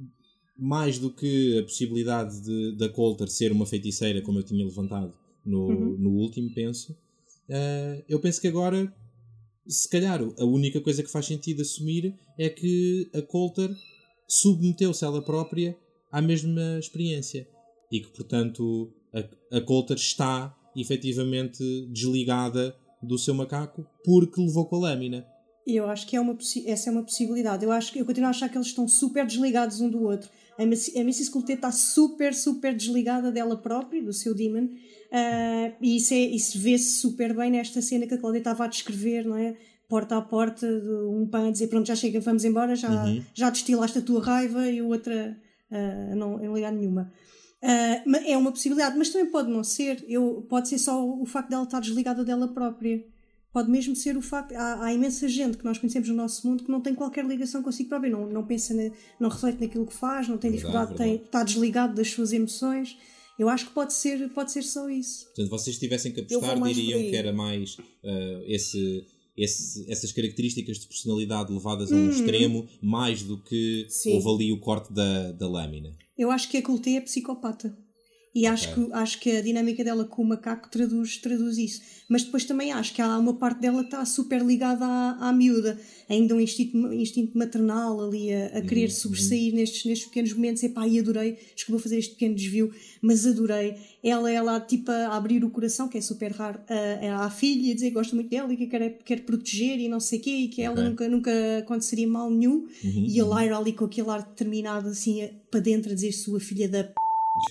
mais do que a possibilidade de, da Coulter ser uma feiticeira, como eu tinha levantado no, uhum. no último, penso uh, eu penso que agora se calhar a única coisa que faz sentido assumir é que a Coulter submeteu-se ela própria à mesma experiência e que portanto a, a Coulter está efetivamente desligada do seu macaco porque levou com a lâmina. Eu acho que é uma essa é uma possibilidade. Eu, acho, eu continuo a achar que eles estão super desligados um do outro. A Missus Coulter está super, super desligada dela própria, do seu Demon, uh, e isso, é, isso vê-se super bem nesta cena que a Cláudia estava a descrever, não é? Porta a porta, de um pão a dizer pronto, já chega, vamos embora, já, uhum. já destilaste a tua raiva e o outra uh, não, não ligar nenhuma. Uh, é uma possibilidade, mas também pode não ser. Eu, pode ser só o facto dela estar desligada dela própria. Pode mesmo ser o facto... Há, há imensa gente que nós conhecemos no nosso mundo que não tem qualquer ligação consigo própria, não, não pensa, na, não reflete naquilo que faz, não tem verdade, dificuldade, tem, está desligado das suas emoções. Eu acho que pode ser, pode ser só isso. Portanto, vocês tivessem que apostar, diriam que era mais uh, esse... Esse, essas características de personalidade levadas a um uhum. extremo, mais do que Sim. houve ali o corte da, da lâmina. Eu acho que a Coulter é psicopata. E okay. acho, que, acho que a dinâmica dela com o macaco traduz, traduz isso. Mas depois também acho que há uma parte dela que está super ligada à, à miúda. Ainda um instinto, instinto maternal ali a, a querer uhum. sobressair nestes, nestes pequenos momentos. Epá, e adorei. Desculpa fazer este pequeno desvio, mas adorei. Ela, ela tipo, a abrir o coração, que é super raro, à, à filha e a dizer que gosta muito dela e que quer, quer proteger e não sei o quê. E que okay. ela nunca, nunca aconteceria mal nenhum. Uhum. E a Lyra ali com aquele ar determinado assim para dentro a dizer sua filha da p...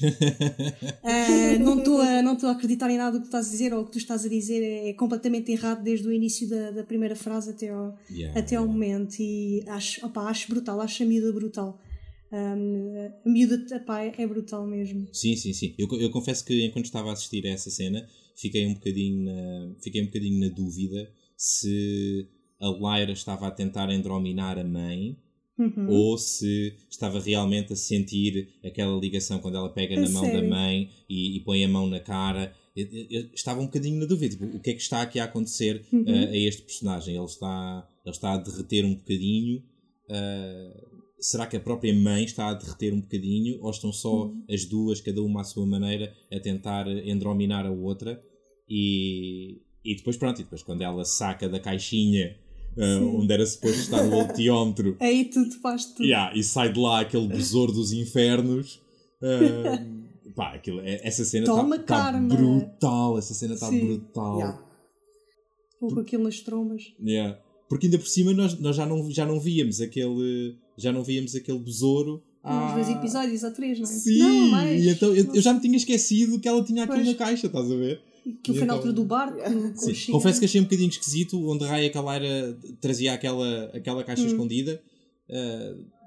uh, não estou a, não estou a acreditar em nada do que estás a dizer ou o que tu estás a dizer é, é completamente errado desde o início da, da primeira frase até ao, yeah, até ao yeah. momento e acho, opa, acho brutal, acho a miúda brutal. Um, a miúda opa, é, é brutal mesmo. Sim, sim, sim. Eu, eu confesso que enquanto estava a assistir a essa cena fiquei um bocadinho na, fiquei um bocadinho na dúvida se a Lyra estava a tentar endrominar a mãe Uhum. ou se estava realmente a sentir aquela ligação quando ela pega é na mão sério? da mãe e, e põe a mão na cara. Eu, eu, eu estava um bocadinho na dúvida, tipo, o que é que está aqui a acontecer uhum. uh, a este personagem? Ele está, ele está a derreter um bocadinho, uh, será que a própria mãe está a derreter um bocadinho ou estão só uhum. as duas, cada uma à sua maneira, a tentar endrominar a outra? E, e depois pronto, e depois quando ela saca da caixinha Uh, onde era suposto estar o voltiómetro aí tudo faz tudo yeah, e sai de lá aquele besouro dos infernos uh, pá, aquilo, essa cena está tá brutal essa cena está brutal yeah. ou com aquilo nas trombas yeah. porque ainda por cima nós, nós já, não, já não víamos aquele já não víamos aquele besouro há uns dois episódios ou três, não é? Sim, não, mais, e então eu, eu já me tinha esquecido que ela tinha aquilo pois. na caixa, estás a ver? Que foi na altura do barco. Sim, confesso que achei um bocadinho esquisito onde a Raya Calaira trazia aquela, aquela caixa hum. escondida. Uh,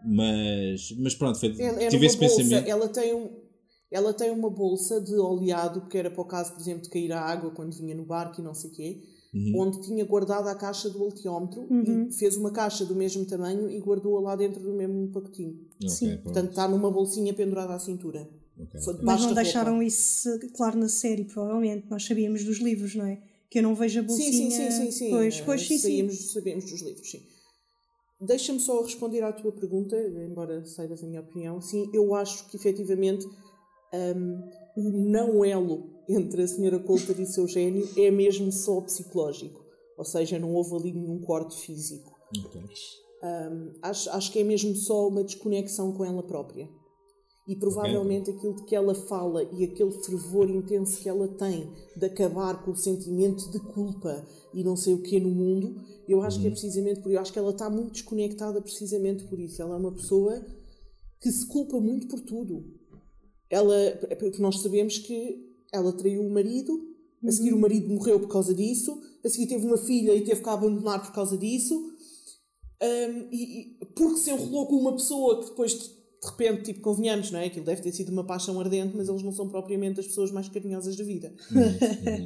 Mas, mas pronto, foi, é, é tive esse bolsa. pensamento. Ela tem, um, ela tem uma bolsa de oleado, porque era para o caso, por exemplo, de cair a água quando vinha no barco e não sei o quê, uhum. onde tinha guardado a caixa do voltímetro uhum. e fez uma caixa do mesmo tamanho e guardou-a lá dentro do mesmo pacotinho. Okay, Sim. pronto. Portanto, está numa bolsinha pendurada à cintura. Okay. Mas não deixaram roupa. Isso claro na série, provavelmente. Nós sabíamos dos livros, não é? Que eu não vejo a bolsinha... Sim, sim, sim. sim, sim. Pois, pois, sim, Sabíamos, sim. sabíamos dos livros, sim. Deixa-me só responder à tua pergunta, embora saibas a minha opinião. Sim, eu acho que, efetivamente, um, o não elo entre a senhora Coulter e o seu gênio é mesmo só psicológico. Ou seja, não houve ali nenhum corte físico. Okay. Um, acho, acho que é mesmo só uma desconexão com ela própria. E provavelmente okay. aquilo de que ela fala e aquele fervor intenso que ela tem de acabar com o sentimento de culpa e não sei o que no mundo, eu acho uhum. que é precisamente por isso. Eu acho que ela está muito desconectada precisamente por isso. Ela é uma pessoa que se culpa muito por tudo. Ela, porque nós sabemos que ela traiu o marido, uhum. a seguir o marido morreu por causa disso, a seguir teve uma filha e teve que abandonar por causa disso, um, e, e porque se enrolou com uma pessoa que depois... de repente, tipo, convenhamos, não é? Aquilo deve ter sido uma paixão ardente, mas eles não são propriamente as pessoas mais carinhosas da vida. Uhum.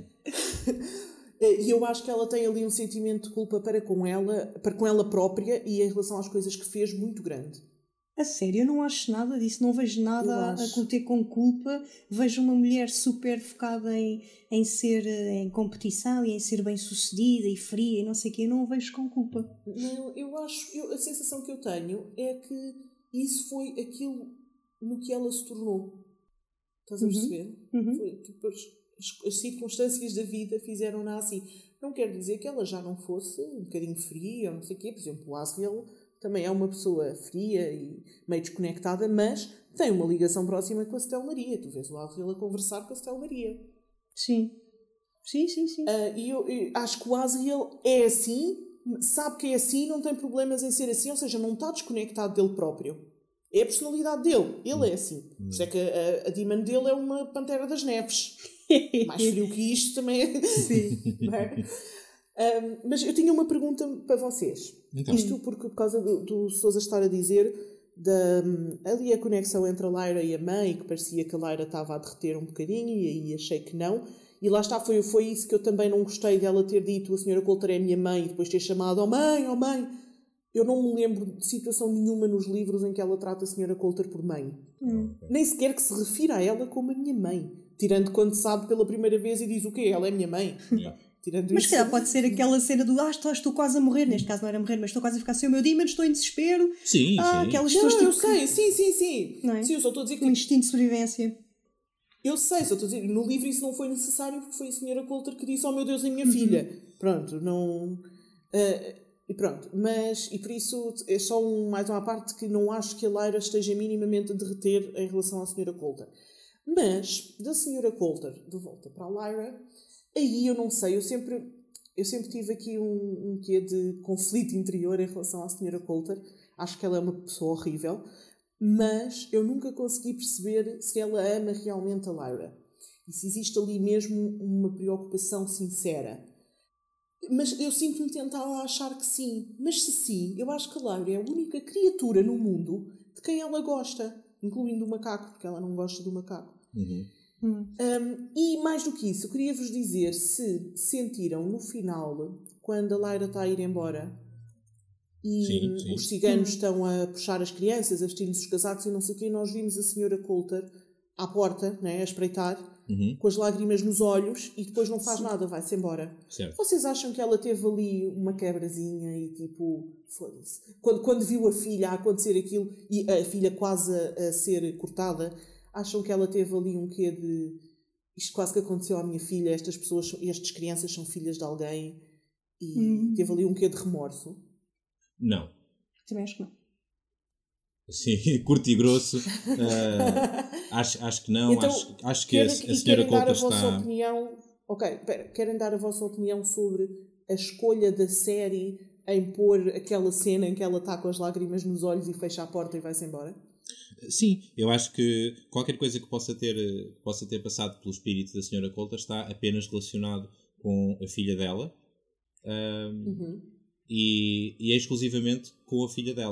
E eu acho que ela tem ali um sentimento de culpa para com ela, para com ela própria e em relação às coisas que fez muito grande. A sério, eu não acho nada disso, não vejo nada a cometer com culpa. Vejo uma mulher super focada em, em ser em competição e em ser bem sucedida e fria e não sei o quê, eu não a vejo com culpa. Não, eu acho, eu, a sensação que eu tenho é que isso foi aquilo no que ela se tornou. Estás a perceber? Uhum. Foi, tipo, as, as circunstâncias da vida fizeram-na assim. Não quer dizer que ela já não fosse um bocadinho fria ou não sei o quê. Por exemplo, o Asriel também é uma pessoa fria e meio desconectada, mas tem uma ligação próxima com a Stella Maria. Tu vês o Asriel a conversar com a Stella Maria. Sim. Sim, sim, sim. Uh, e eu, eu acho que o Asriel é assim, sabe que é assim, não tem problemas em ser assim, ou seja, não está desconectado dele próprio. É a personalidade dele, ele é assim. Por isso é que a, a Demon dele é uma Pantera das Neves. Mais frio que isto também é. Sim. Não é? Um, mas eu tinha uma pergunta para vocês. Então. Isto porque, por causa do, do Sousa estar a dizer da, ali a conexão entre a Lyra e a mãe, que parecia que a Lyra estava a derreter um bocadinho e aí achei que não. E lá está, foi, foi isso que eu também não gostei dela ter dito: a senhora Coulter é minha mãe, e depois ter chamado oh mãe, oh mãe. Eu não me lembro de situação nenhuma nos livros em que ela trata a senhora Coulter por mãe. Hum. Nem sequer que se refira a ela como a minha mãe. Tirando quando sabe pela primeira vez e diz o quê? Ela é minha mãe. Yeah. Tirando mas isso. se calhar pode ser aquela cena do ah, estou, estou quase a morrer. Neste caso não era morrer, mas estou quase a ficar sem o meu Demon, estou em desespero. Sim, ah, sim. Aquelas não, pessoas eu tipo sei, que... sim, sim, sim. Não é? Sim, eu só estou a dizer que... Um instinto de sobrevivência. Eu sei, só estou a dizer, no livro isso não foi necessário porque foi a senhora Coulter que disse oh meu Deus, é minha uhum. filha. Pronto, não... Uh, e pronto, mas... E por isso é só um, mais uma parte que não acho que a Lyra esteja minimamente a derreter em relação à senhora Coulter. Mas, da senhora Coulter, de volta para a Lyra, aí eu não sei, eu sempre... Eu sempre tive aqui um, um quê de conflito interior em relação à senhora Coulter. Acho que ela é uma pessoa horrível. Mas eu nunca consegui perceber se ela ama realmente a Lyra. E se existe ali mesmo uma preocupação sincera. Mas eu sinto-me tentar achar que sim. Mas se sim, eu acho que a Lyra é a única criatura no mundo de quem ela gosta. Incluindo o macaco, porque ela não gosta do macaco. Uhum. Hum. Um, e mais do que isso, eu queria vos dizer se sentiram no final, quando a Lyra está a ir embora e sim, sim. os ciganos hum. estão a puxar as crianças, a vestir-nos os casacos e não sei o quê, nós vimos a senhora Coulter à porta, né, a espreitar, uhum. com as lágrimas nos olhos e depois não faz sim. nada, vai-se embora. Certo. Vocês acham que ela teve ali uma quebrazinha e tipo, foda-se, quando, quando viu a filha a acontecer aquilo e a filha quase a, a ser cortada, acham que ela teve ali um quê de isto quase que aconteceu à minha filha, estas pessoas, estas crianças são filhas de alguém e hum. teve ali um quê de remorso? Não. Também acho que não. Sim, curto e grosso. Uh, acho, acho que não. Então, acho, acho que querem, a, a senhora Coulter está... a vossa opinião... Ok, pera, querem dar a vossa opinião sobre a escolha da série em pôr aquela cena em que ela está com as lágrimas nos olhos e fecha a porta e vai-se embora? Sim, eu acho que qualquer coisa que possa ter, que possa ter passado pelo espírito da senhora Coulter está apenas relacionado com a filha dela um, uhum. e, e é exclusivamente com a filha dela.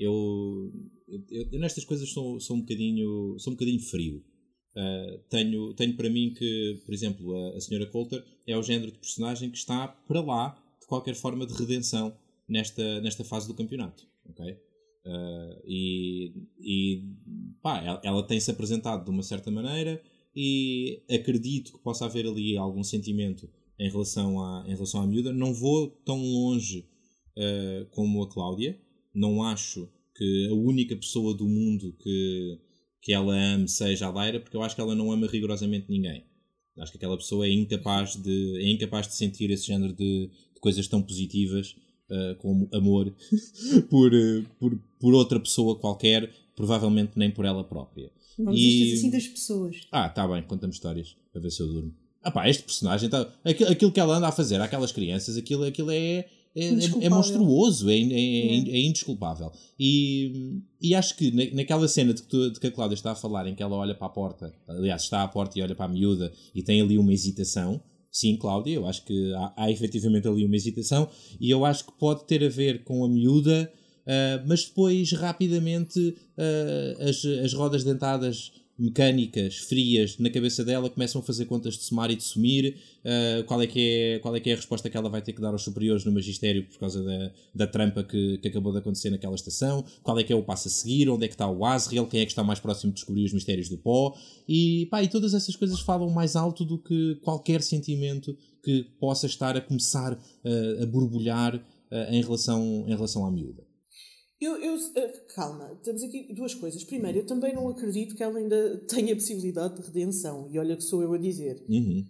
eu, eu, eu nestas coisas sou, sou, um bocadinho, sou um bocadinho frio. Uh, tenho, tenho para mim que, por exemplo, a, a senhora Coulter é o género de personagem que está para lá de qualquer forma de redenção nesta, nesta fase do campeonato. Okay? Uh, e e pá, ela, ela tem-se apresentado de uma certa maneira e acredito que possa haver ali algum sentimento em relação à, em relação à miúda. Não vou tão longe uh, como a Cláudia. Não acho que a única pessoa do mundo que, que ela ame seja a Lyra, porque eu acho que ela não ama rigorosamente ninguém. Acho que aquela pessoa é incapaz de, é incapaz de sentir esse género de, de coisas tão positivas uh, como amor por, uh, por, por outra pessoa qualquer, provavelmente nem por ela própria. Não desistas assim das pessoas. Ah, tá bem, conta-me histórias para ver se eu durmo. Ah pá, este personagem, tá, aquilo, aquilo que ela anda a fazer àquelas crianças, aquilo, aquilo é... É, é, é monstruoso, é, é, é, é indesculpável. E, e acho que na, naquela cena de que, tu, de que a Cláudia está a falar, em que ela olha para a porta, aliás, está à porta e olha para a miúda e tem ali uma hesitação. Sim, Cláudia, eu acho que há, há efetivamente ali uma hesitação e eu acho que pode ter a ver com a miúda, uh, mas depois rapidamente uh, as, as rodas dentadas mecânicas, frias, na cabeça dela começam a fazer contas de somar e de sumir. Uh, qual, é que é, qual é que é a resposta que ela vai ter que dar aos superiores no magistério por causa da, da trampa que, que acabou de acontecer naquela estação, qual é que é o passo a seguir, onde é que está o Asriel, quem é que está mais próximo de descobrir os mistérios do pó, e, pá, e todas essas coisas falam mais alto do que qualquer sentimento que possa estar a começar uh, a borbulhar uh, em, relação, em relação à miúda. Eu, eu, calma, temos aqui duas coisas. Primeiro, eu também não acredito que ela ainda tenha possibilidade de redenção. E olha que sou eu a dizer. Uhum.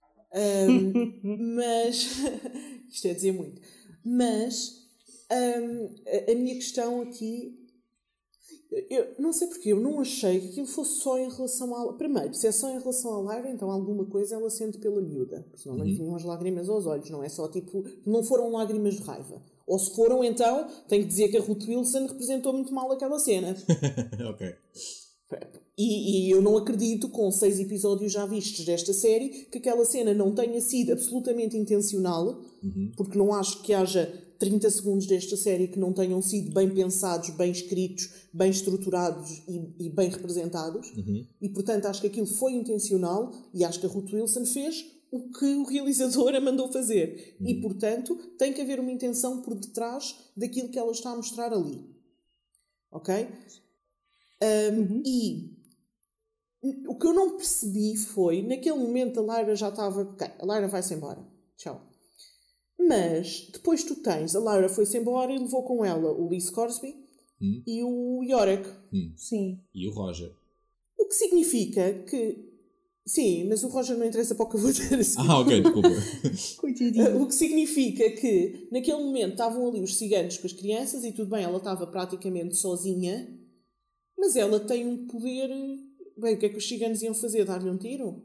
Um, mas, isto é dizer muito. Mas, um, a, a minha questão aqui, eu não sei porque, eu não achei que aquilo fosse só em relação à... Primeiro, se é só em relação à Lyra, então alguma coisa ela sente pela miúda. Porque senão não lhe vinham as lágrimas aos olhos. Não é só tipo... Não foram lágrimas de raiva. Ou se foram, então, tenho que dizer que a Ruth Wilson representou muito mal aquela cena. Ok. E, e eu não acredito, com seis episódios já vistos desta série, que aquela cena não tenha sido absolutamente intencional, uhum. porque não acho que haja trinta segundos desta série que não tenham sido bem pensados, bem escritos, bem estruturados e, e bem representados. Uhum. E, portanto, acho que aquilo foi intencional e acho que a Ruth Wilson fez o que o realizador a mandou fazer. Uhum. E, portanto, tem que haver uma intenção por detrás daquilo que ela está a mostrar ali. Ok? Um, uhum. E o que eu não percebi foi, naquele momento a Lyra já estava... Ok, a Lyra vai-se embora. Tchau. Mas, depois tu tens... A Lyra foi-se embora e levou com ela o Lee Scoresby hum. e o Yorick. Hum. Sim. E o Roger. O que significa que... Sim, mas o Roger não interessa para o que eu vou dizer assim. Ah, ok, desculpa. Coitadinho. O que significa que, naquele momento, estavam ali os ciganos com as crianças e tudo bem, ela estava praticamente sozinha, mas ela tem um poder... Bem, o que é que os ciganos iam fazer? Dar-lhe um tiro?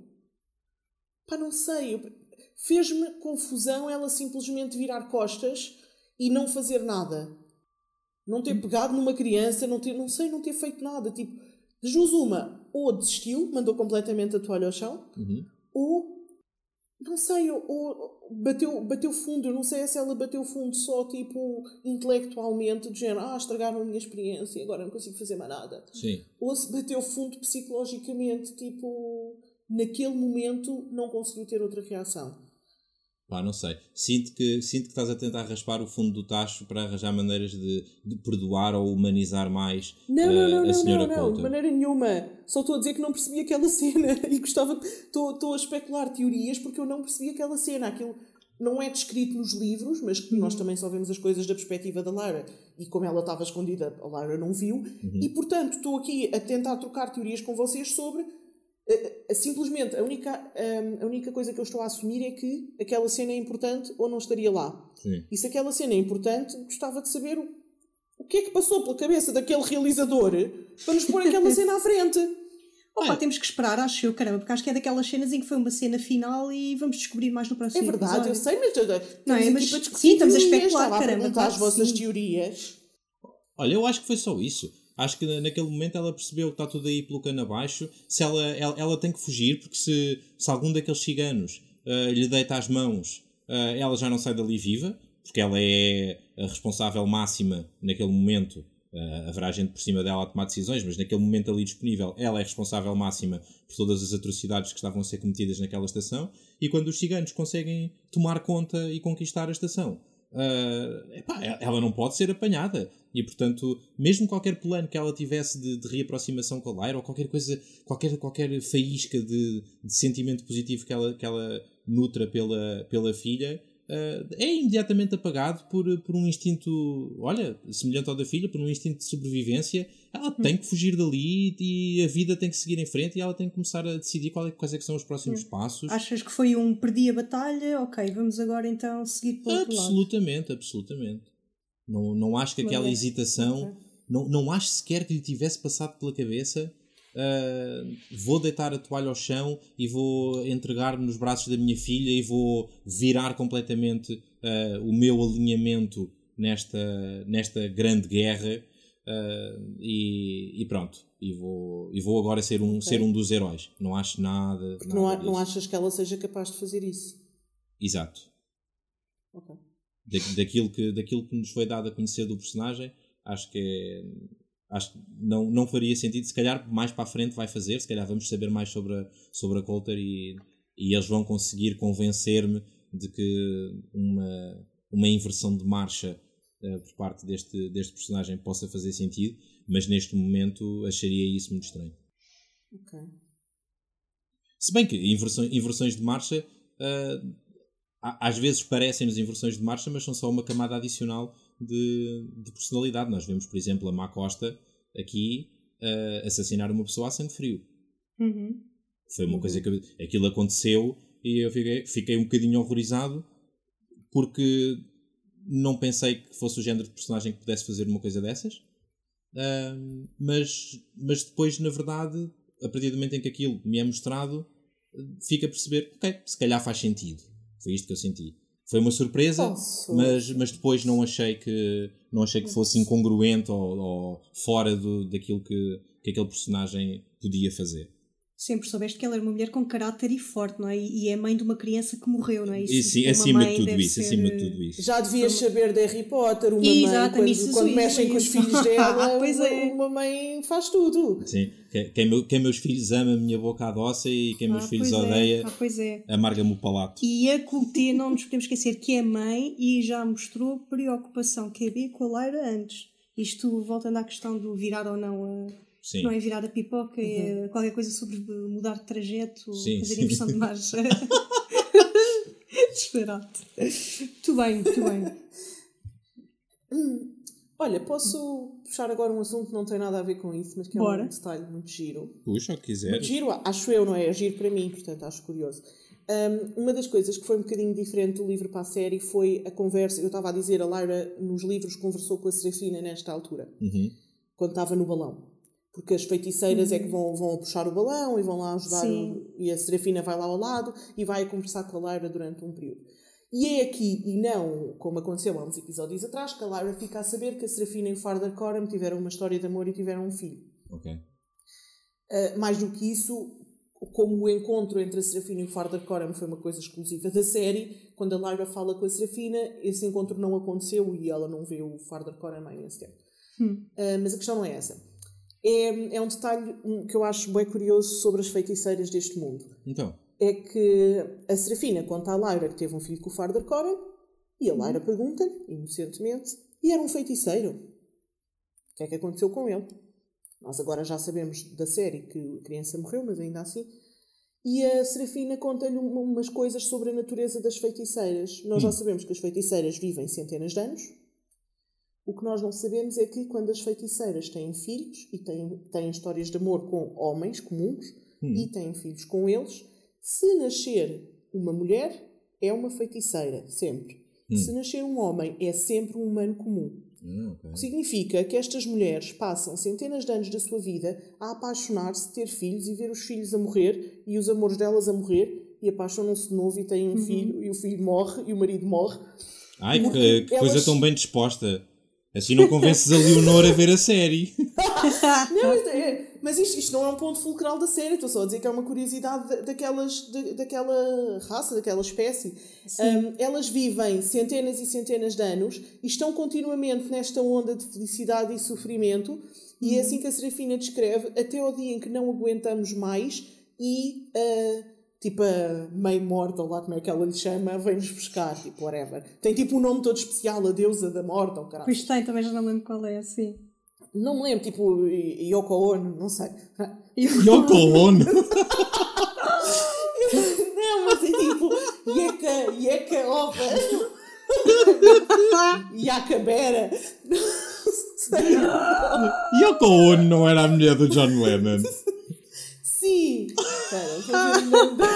Pá, não sei. Fez-me confusão ela simplesmente virar costas e não fazer nada. Não ter pegado numa criança, não ter, não sei, não ter feito nada. Tipo, de jus uma, ou desistiu, mandou completamente a toalha ao chão, uhum. ou, não sei, ou, ou bateu, bateu fundo. Eu não sei se ela bateu fundo só, tipo, intelectualmente, do género, ah, estragaram a minha experiência, agora não consigo fazer mais nada. Sim. Ou se bateu fundo psicologicamente, tipo, naquele momento não conseguiu ter outra reação. Pá, não sei. Sinto que, sinto que estás a tentar raspar o fundo do tacho para arranjar maneiras de, de perdoar ou humanizar mais não, uh, não, não, a senhora não, não, Coulter. de maneira nenhuma. Só estou a dizer que não percebi aquela cena e gostava... Estou, estou a especular teorias porque eu não percebi aquela cena. Aquilo não é descrito nos livros, mas que uhum. nós também só vemos as coisas da perspectiva da Lyra. E como ela estava escondida, a Lyra não viu. Uhum. E, portanto, estou aqui a tentar trocar teorias com vocês sobre... Uh, simplesmente, a única, um, a única coisa que eu estou a assumir é que aquela cena é importante ou não estaria lá. Sim. E se aquela cena é importante, gostava de saber o, o que é que passou pela cabeça daquele realizador para nos pôr aquela cena à frente. Opa, temos que esperar, acho eu, caramba, porque acho que é daquelas cenas em que foi uma cena final e vamos descobrir mais no próximo episódio. É verdade, episódio. eu sei, mas, não é, mas sim, estamos a especular, caramba, a as vossas sim. teorias. Olha, eu acho que foi só isso. Acho que naquele momento ela percebeu que está tudo aí pelo cano abaixo. Se ela, ela, ela tem que fugir, porque se, se algum daqueles ciganos uh, lhe deita as mãos, uh, ela já não sai dali viva, porque ela é a responsável máxima naquele momento Uh, haverá gente por cima dela a tomar decisões, mas naquele momento ali disponível ela é responsável máxima por todas as atrocidades que estavam a ser cometidas naquela estação, e quando os ciganos conseguem tomar conta e conquistar a estação, uh, epá, ela não pode ser apanhada, e portanto mesmo qualquer plano que ela tivesse de, de reaproximação com a Lyra, ou qualquer coisa, qualquer, qualquer faísca de, de sentimento positivo que ela, que ela nutra pela, pela filha, Uh, é imediatamente apagado por, por um instinto, olha, semelhante ao da filha, por um instinto de sobrevivência. Ela hum. tem que fugir dali e a vida tem que seguir em frente, e ela tem que começar a decidir qual é, quais é que são os próximos hum. passos. Achas que foi um perdi a batalha? Ok, vamos agora então seguir para o outro lado. Absolutamente, absolutamente. Não, não acho que aquela Mas, hesitação, okay. não, não acho sequer que lhe tivesse passado pela cabeça. Uh, vou deitar a toalha ao chão e vou entregar-me nos braços da minha filha e vou virar completamente uh, o meu alinhamento nesta, nesta grande guerra, uh, e, e pronto, e vou, e vou agora ser um, okay. ser um dos heróis. Não acho nada, nada não, há, não achas que ela seja capaz de fazer isso? Exato. Okay. Da, daquilo, que, daquilo que nos foi dado a conhecer do personagem, acho que é... Acho que não, não faria sentido. Se calhar mais para a frente vai fazer, se calhar vamos saber mais sobre a, sobre a Coulter, e, e eles vão conseguir convencer-me de que uma, uma inversão de marcha uh, por parte deste, deste personagem possa fazer sentido, mas neste momento acharia isso muito estranho. Ok. Se bem que inversões, inversões de marcha uh, às vezes parecem-nos inversões de marcha, mas são só uma camada adicional De, de personalidade. Nós vemos, por exemplo, a Má Costa aqui uh, assassinar uma pessoa a sangue frio. Uhum. Foi uma uhum. coisa que aquilo aconteceu e eu fiquei, fiquei um bocadinho horrorizado, porque não pensei que fosse o género de personagem que pudesse fazer uma coisa dessas, uh, mas, mas depois, na verdade, a partir do momento em que aquilo me é mostrado, fica a perceber, ok, se calhar faz sentido. Foi isto que eu senti. Foi uma surpresa, Posso. mas, mas depois não achei que, não achei que fosse incongruente ou, ou fora do, daquilo que, que aquele personagem podia fazer. Sempre soubeste que ela era uma mulher com caráter e forte, não é? E é mãe de uma criança que morreu, não é? Isso, e sim, acima de tudo isso, ser... acima de tudo isso. Já devias saber de Harry Potter, uma Exato, mãe, quando, quando mexem com os filhos dela, pois uma, é. uma mãe faz tudo. Sim, quem, meu, quem meus filhos ama, a minha boca adoça, e quem meus ah, filhos odeia, é. ah, é. amarga-me o palato. E a Coulter, não nos podemos esquecer que é mãe e já mostrou preocupação que havia com a Lyra antes. Isto voltando à questão do virar ou não a... Sim. Não é virar a pipoca, uhum. é qualquer coisa sobre mudar de trajeto, sim, fazer sim. inversão de marcha. Disparate. Muito bem, muito bem. Hum, olha, posso puxar agora um assunto que não tem nada a ver com isso, mas que é Bora. um detalhe muito giro. Puxa, o que quiser. Muito giro, acho eu, não é? É giro para mim, portanto acho curioso. Um, uma das coisas que foi um bocadinho diferente do livro para a série foi a conversa. Eu estava a dizer, a Lyra nos livros conversou com a Serafina nesta altura, uhum. quando estava no balão. Porque as feiticeiras uhum. é que vão, vão puxar o balão e vão lá ajudar, o, e a Serafina vai lá ao lado e vai a conversar com a Lyra durante um período. E é aqui, e não como aconteceu há uns episódios atrás, que a Lyra fica a saber que a Serafina e o Farder Coram tiveram uma história de amor e tiveram um filho. Ok. Uh, mais do que isso, como o encontro entre a Serafina e o Farder Coram foi uma coisa exclusiva da série, quando a Lyra fala com a Serafina, esse encontro não aconteceu e ela não vê o Farder Coram há imenso tempo. Hum. Uh, mas a questão não é essa. É, é um detalhe que eu acho bem curioso sobre as feiticeiras deste mundo. Então? É que a Serafina conta à Lyra que teve um filho com o Farder Coram e a Lyra pergunta-lhe, inocentemente, e era um feiticeiro. O que é que aconteceu com ele? Nós agora já sabemos da série que a criança morreu, mas ainda assim. E a Serafina conta-lhe umas coisas sobre a natureza das feiticeiras. Nós hum. já sabemos que as feiticeiras vivem centenas de anos. O que nós não sabemos é que quando as feiticeiras têm filhos e têm, têm histórias de amor com homens comuns hum. e têm filhos com eles, se nascer uma mulher, é uma feiticeira, sempre. Hum. Se nascer um homem, é sempre um humano comum. Hum, okay. O que significa que estas mulheres passam centenas de anos da sua vida a apaixonar-se, ter filhos e ver os filhos a morrer e os amores delas a morrer e apaixonam-se de novo e têm um uhum. filho e o filho morre e o marido morre. Ai, que, que elas... coisa tão bem disposta. Assim não convences a Leonor a ver a série. Não, mas, é, mas isto, isto não é um ponto fulcral da série, estou só a dizer que é uma curiosidade da- daquelas, da- daquela raça, daquela espécie. Um, elas vivem centenas e centenas de anos e estão continuamente nesta onda de felicidade e sofrimento, e é assim que a Serafina descreve, até ao dia em que não aguentamos mais e uh, tipo a meio morta, ou lá como é que ela lhe chama, vem-nos buscar, tipo whatever. Tem tipo um nome todo especial, a deusa da morte, ou caralho. Pois tem, também já não lembro qual é, assim. Não me lembro, tipo Yoko Ono, não sei. Yoko Ono! Não, mas é tipo Yeka, Yeka Ova. Yakabera. Yoko Ono não era a mulher do John Lennon. Sim. Espera, vou ver o nome da...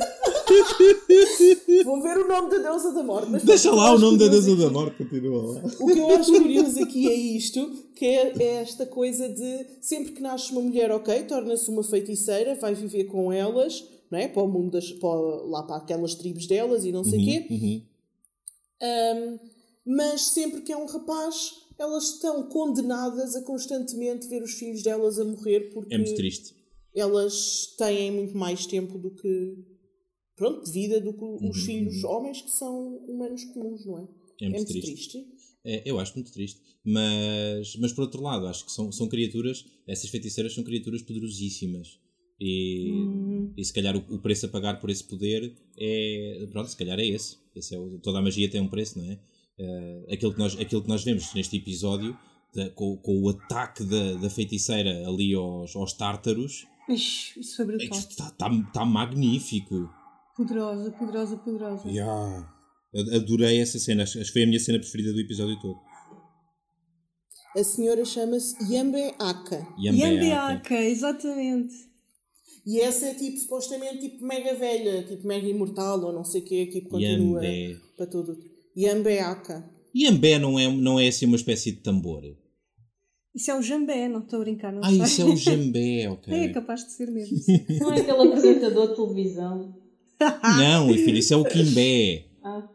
Vou ver o nome da deusa da morte. Mas Deixa lá o nome da deusa aqui, da morte, continua lá. o que eu acho curioso aqui é isto, que é, é esta coisa de sempre que nasce uma mulher, ok, torna-se uma feiticeira, vai viver com elas, não é? Para o mundo das, para, lá para aquelas tribos delas e não sei o Uhum, quê. uhum. Um, mas sempre que é um rapaz, elas estão condenadas a constantemente ver os filhos delas a morrer, porque É muito triste. elas têm muito mais tempo do que, pronto, de vida do que os Uhum, filhos uhum. homens que são humanos comuns, não é? É muito triste. É, eu acho muito triste. Mas, mas por outro lado, acho que são, são criaturas, essas feiticeiras são criaturas poderosíssimas. E, Hum. e se calhar o, o preço a pagar por esse poder é. Pronto, se calhar é esse. esse é o, toda a magia tem um preço, não é? Uh, aquilo, que nós, aquilo que nós vemos neste episódio, da, com, com o ataque da, da feiticeira ali aos, aos tártaros, Ixi, isso foi brutal. está tá, tá magnífico. Poderosa, poderosa, poderosa. Yeah. Adorei essa cena, acho que foi a minha cena preferida do episódio todo. A senhora chama-se Yambe Aka. Yambeaka, exatamente. E essa é tipo, supostamente, tipo mega velha, tipo mega imortal, ou não sei o que, tipo continua Yambe. para tudo. Yambe Aka. Yambé não é, não é assim uma espécie de tambor? Isso é o jambé, não estou a brincar, não Ah, sei. isso é o jambé, ok. É capaz de ser mesmo. Não é aquele apresentador de televisão. Não, filho, isso é o quimbé. Ah,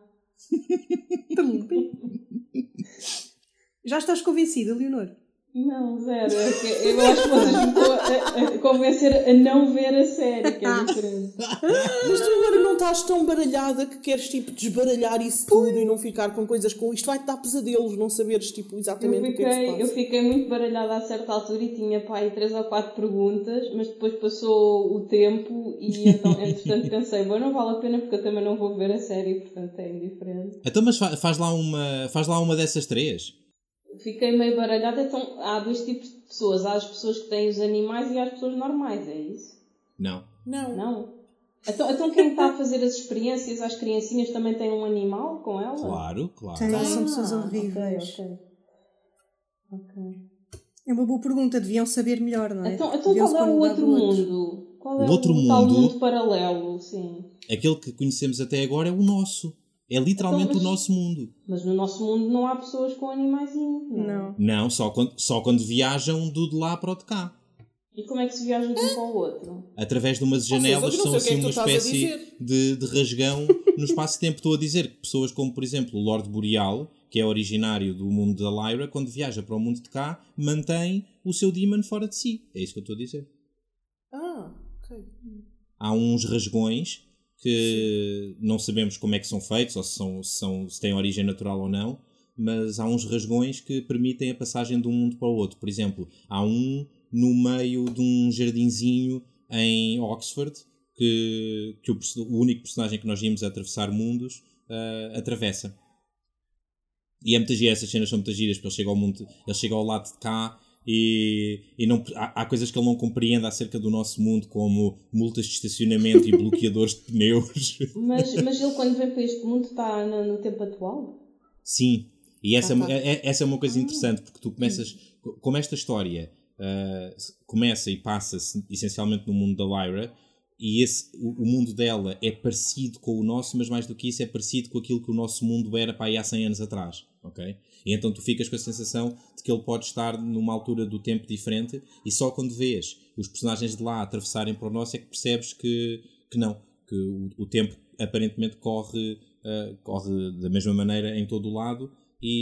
Já estás convencida, Leonor? não, zero. É que eu acho que vocês me estão a, a convencer a não ver a série, que é diferente. Mas tu agora não estás tão baralhada que queres tipo desbaralhar isso tudo e não ficar com coisas com isto. Vai-te dar pesadelos, não saberes tipo Eu exatamente o que é que se fiquei, passa. eu fiquei muito baralhada a certa altura e tinha pá, aí três ou quatro perguntas, mas depois passou o tempo e então, entretanto, pensei, bom, não vale a pena porque eu também não vou ver a série, portanto é indiferente. Então, mas fa- faz lá uma, faz lá uma dessas três. Fiquei meio baralhada, então há dois tipos de pessoas. Há as pessoas que têm os animais e há as pessoas normais, é isso? Não. Não. Não? Então, então quem está a fazer as experiências às criancinhas também tem um animal com ela? Claro, claro. Tem. Ah, São pessoas horríveis. Ok, ok. Ok. É uma boa pergunta, deviam saber melhor, não é? Então, então Deviam-se qual é pôr o no outro lugar do outro. mundo? Qual é O outro o tal mundo? mundo paralelo? Sim. Aquele que conhecemos até agora é o nosso. É literalmente Então, mas- o nosso mundo. Mas no nosso mundo não há pessoas com animaizinhos, não? Não. Não, só quando, só quando viajam do de lá para o de cá. E como é que se viaja de um para o outro? Através de umas seja, janelas eu que não são sei o que é assim que uma tu estás a espécie dizer. de, de rasgão no espaço-tempo. Estou a dizer que pessoas como, por exemplo, o Lord Boreal, que é originário do mundo da Lyra, quando viaja para o mundo de cá, mantém o seu demon fora de si. É isso que eu estou a dizer. Ah, ok. Há uns rasgões que não sabemos como é que são feitos, ou se, são, se, são, se têm origem natural ou não, mas há uns rasgões que permitem a passagem de um mundo para o outro. Por exemplo, há um no meio de um jardinzinho em Oxford que, que o, o único personagem que nós vimos a atravessar mundos uh, atravessa. E é muita gira, essas cenas são muitas giras, porque ele chega ao, mundo, ele chega ao lado de cá e, e não, há, há coisas que ele não compreende acerca do nosso mundo, como multas de estacionamento e bloqueadores de pneus. Mas, mas ele, quando vem para este mundo, está no, no tempo atual? Sim, e essa, Ah, tá. é, essa é uma coisa interessante, porque tu começas, como esta história uh, começa e passa-se essencialmente no mundo da Lyra, e esse, o, o mundo dela é parecido com o nosso, mas mais do que isso é parecido com aquilo que o nosso mundo era para aí há cem anos atrás, ok? E então tu ficas com a sensação de que ele pode estar numa altura do tempo diferente, e só quando vês os personagens de lá atravessarem para o nosso é que percebes que, que não, que o, o tempo aparentemente corre, uh, corre da mesma maneira em todo o lado, e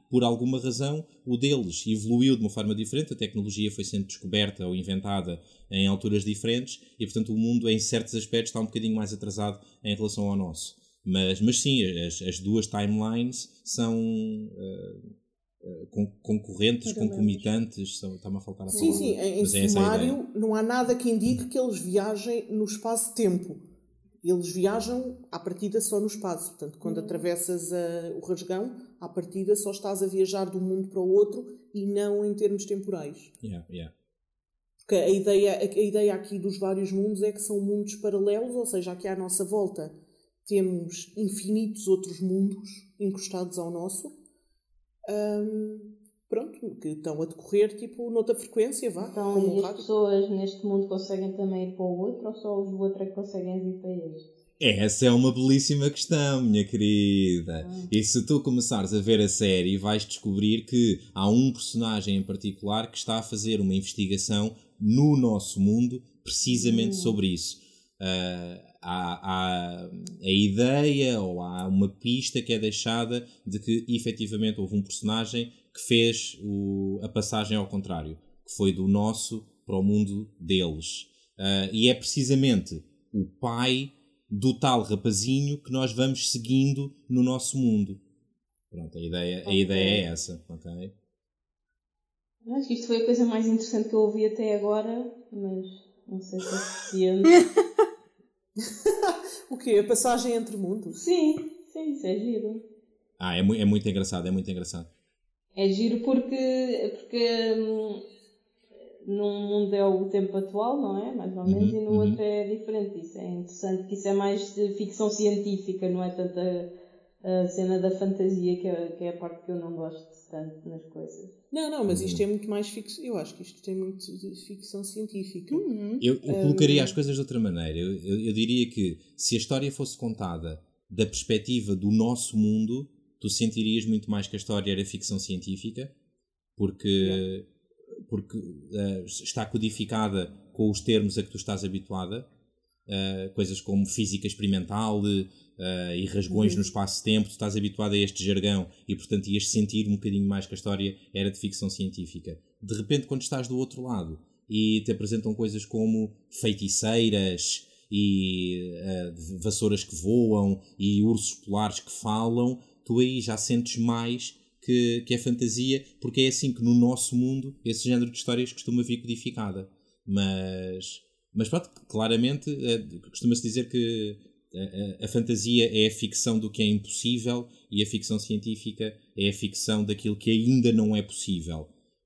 por alguma razão, o deles evoluiu de uma forma diferente, a tecnologia foi sendo descoberta ou inventada em alturas diferentes e, portanto, o mundo, em certos aspectos, está um bocadinho mais atrasado em relação ao nosso. Mas, mas sim, as, as duas timelines são uh, uh, con- concorrentes, Paralelos. concomitantes, são, está-me a faltar a Sim, palavra. sim, em, em Mas é essa a ideia. sumário não há nada que indique que eles viajem no espaço-tempo. Eles viajam à partida só no espaço. Portanto, quando Uhum. atravessas a, o rasgão, à partida só estás a viajar de um mundo para o outro e não em termos temporais. Yeah, yeah. Porque a ideia, a, a ideia aqui dos vários mundos é que são mundos paralelos, ou seja, aqui à nossa volta temos infinitos outros mundos encostados ao nosso. Hum, pronto, que estão a decorrer tipo noutra frequência, vá. Então, como e o as rádio. pessoas neste mundo conseguem também ir para o outro ou só os do outro é que conseguem vir para este? Essa é uma belíssima questão, minha querida. Ah. E se tu começares a ver a série, vais descobrir que há um personagem em particular que está a fazer uma investigação no nosso mundo precisamente Hum. sobre isso. Uh, há, há a ideia ou há uma pista que é deixada de que efetivamente houve um personagem que fez o, a passagem ao contrário, que foi do nosso para o mundo deles. Uh, e é precisamente o pai do tal rapazinho que nós vamos seguindo no nosso mundo. Pronto, a ideia, a Ok. ideia é essa, ok? Acho que isto foi a coisa mais interessante que eu ouvi até agora, mas não sei se é suficiente. O quê? A passagem entre mundos? Sim, sim, isso é giro. Ah, é, mu- é muito engraçado, é muito engraçado. É giro porque, porque hum, num mundo é o tempo atual, não é? Mais ou menos, Uhum, e no uhum. outro é diferente. Isso é interessante, que isso é mais de ficção científica, não é tanto a, a cena da fantasia, que é, que é a parte que eu não gosto tanto nas coisas. Não, não, mas isto é muito mais ficção. Eu acho que isto tem muito de ficção científica. Uhum. Eu, eu colocaria as coisas de outra maneira. Eu, eu, eu diria que se a história fosse contada da perspectiva do nosso mundo, tu sentirias muito mais que a história era ficção científica, porque, Yeah. porque uh, está codificada com os termos a que tu estás habituada, uh, coisas como física experimental uh, e rasgões Uhum. no espaço-tempo, tu estás habituado a este jargão e, portanto, ias sentir um bocadinho mais que a história era de ficção científica. De repente, quando estás do outro lado e te apresentam coisas como feiticeiras e uh, vassouras que voam e ursos polares que falam, tu aí já sentes mais que, que é fantasia, porque é assim que no nosso mundo esse género de histórias costuma vir codificada. Mas, mas pronto, claramente uh, costuma-se dizer que a, a, a fantasia é a ficção do que é impossível e a ficção científica é a ficção daquilo que ainda não é possível.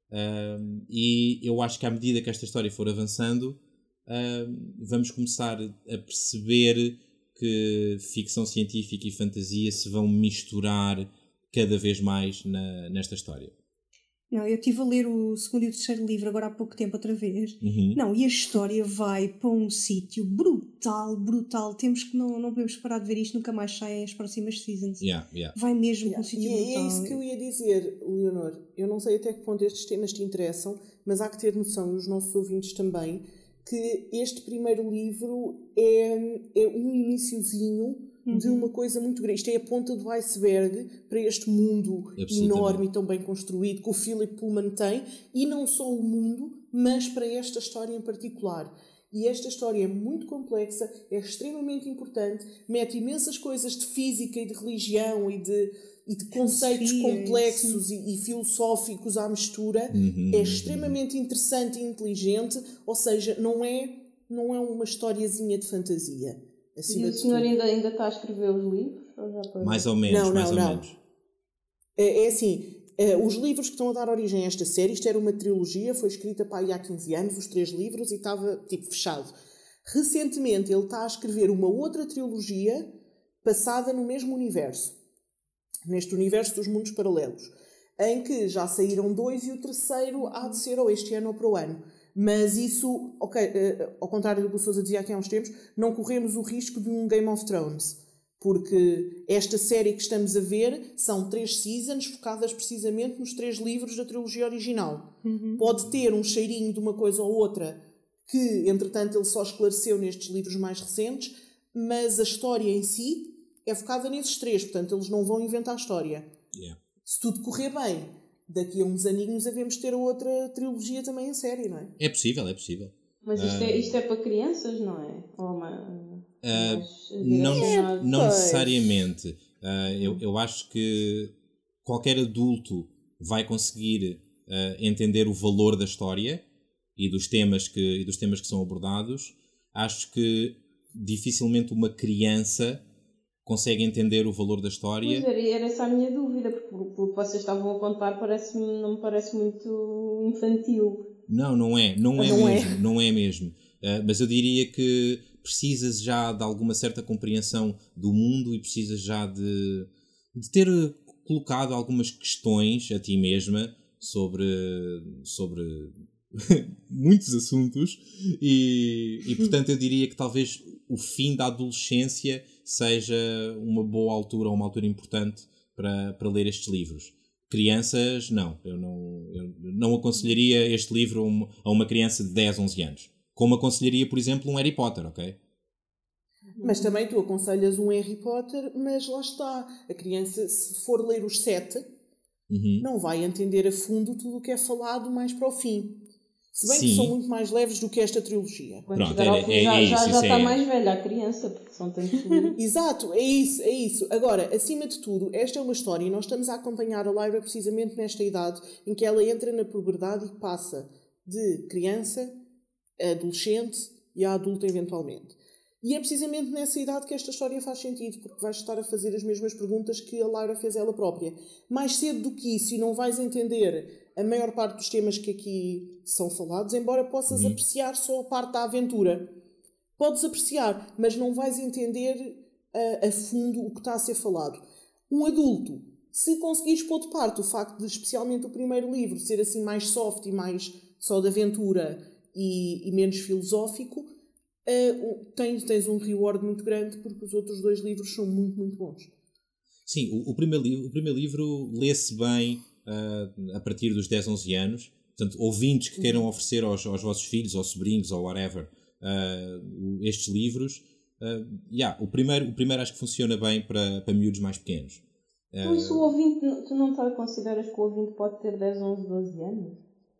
Um, e eu acho que à medida que esta história for avançando, um, vamos começar a perceber que ficção científica e fantasia se vão misturar cada vez mais na, nesta história. Não, eu estive a ler o segundo e o terceiro livro agora há pouco tempo outra vez. Uhum. Não, e a história vai para um sítio brutal, brutal. Temos que não, não podemos parar de ver isto, nunca mais saem as próximas seasons. Yeah, yeah. Vai mesmo para um Yeah. sítio E é- brutal. é isso que eu ia dizer, Leonor. Eu não sei até que ponto estes temas te interessam, mas há que ter noção, e os nossos ouvintes também, que este primeiro livro é, é um iniciozinho de uma coisa muito grande. Isto é a ponta do iceberg para este mundo enorme e tão bem construído que o Philip Pullman tem, e não só o mundo, mas para esta história em particular. E esta história é muito complexa, é extremamente importante, mete imensas coisas de física e de religião e de, e de conceitos Filosofia, complexos e, e filosóficos à mistura. Uhum. É extremamente interessante e inteligente, ou seja, não é, não é uma historiazinha de fantasia. E Acima o de senhor tudo. ainda, ainda está a escrever os livros? Ou já parou? Mais ou menos, Não, mais não, ou não. menos. É, é assim, é, os livros que estão a dar origem a esta série, isto era uma trilogia, foi escrita para aí há quinze anos, os três livros, e estava tipo fechado. Recentemente ele está a escrever uma outra trilogia passada no mesmo universo, neste universo dos mundos paralelos, em que já saíram dois e o terceiro há de ser ou este ano ou para o ano. Mas isso, ok, uh, ao contrário do que o Sousa dizia aqui há uns tempos, não corremos o risco de um Game of Thrones. Porque esta série que estamos a ver são três seasons focadas precisamente nos três livros da trilogia original. Uhum. Pode ter um cheirinho de uma coisa ou outra que, entretanto, ele só esclareceu nestes livros mais recentes, mas a história em si é focada nesses três, portanto, eles não vão inventar a história. Yeah. se tudo correr bem, daqui a uns aninhos havemos ter outra trilogia também em série, não é? É possível, é possível. Mas isto, uh, é, isto é para crianças, não é? Ou mais, uh, mais não, é, não necessariamente. Uh, eu, eu acho que qualquer adulto vai conseguir uh, entender o valor da história e dos temas que, e dos temas que são abordados. Acho que dificilmente uma criança consegue entender o valor da história. Pois era, era essa a minha dúvida, porque pelo que vocês estavam a contar parece não me parece muito infantil. Não, não é. Não é não mesmo. É. Não é mesmo. Uh, mas eu diria que precisas já de alguma certa compreensão do mundo e precisas já de, de ter colocado algumas questões a ti mesma sobre, sobre muitos assuntos e, e, portanto, eu diria que talvez o fim da adolescência seja uma boa altura ou uma altura importante para, para ler estes livros. Crianças, não. Eu não, eu não aconselharia este livro a uma, a uma criança de dez, onze anos. Como aconselharia, por exemplo, um Harry Potter, ok? Mas também tu aconselhas um Harry Potter, mas lá está. A criança, se for ler os sete, uhum. não vai entender a fundo tudo o que é falado mais para o fim. Se bem Sim. que são muito mais leves do que esta trilogia. Quando Pronto, é, é, já, é já, isso, já está é... mais velha a criança, porque são tantos livros. Exato, é isso, é isso. Agora, acima de tudo, esta é uma história e nós estamos a acompanhar a Lyra precisamente nesta idade em que ela entra na puberdade e passa de criança a adolescente e a adulta eventualmente. E é precisamente nessa idade que esta história faz sentido, porque vais estar a fazer as mesmas perguntas que a Lyra fez ela própria. Mais cedo do que isso, e não vais entender a maior parte dos temas que aqui são falados, embora possas uhum. apreciar só a parte da aventura. Podes apreciar, mas não vais entender a, a fundo o que está a ser falado. Um adulto, se conseguires pôr de parte o facto de, especialmente o primeiro livro, ser assim mais soft e mais só de aventura e, e menos filosófico, uh, tens, tens um reward muito grande, porque os outros dois livros são muito, muito bons. Sim, o, o, primeiro, livro, o primeiro livro lê-se bem uh, a partir dos dez, onze anos. Portanto, ouvintes que queiram oferecer aos, aos vossos filhos, aos sobrinhos ou whatever, uh, estes livros, uh, yeah, o, primeiro, o primeiro acho que funciona bem para, para miúdos mais pequenos. Uh, Mas o ouvinte, tu não tá, consideras que o ouvinte pode ter dez, onze, doze anos?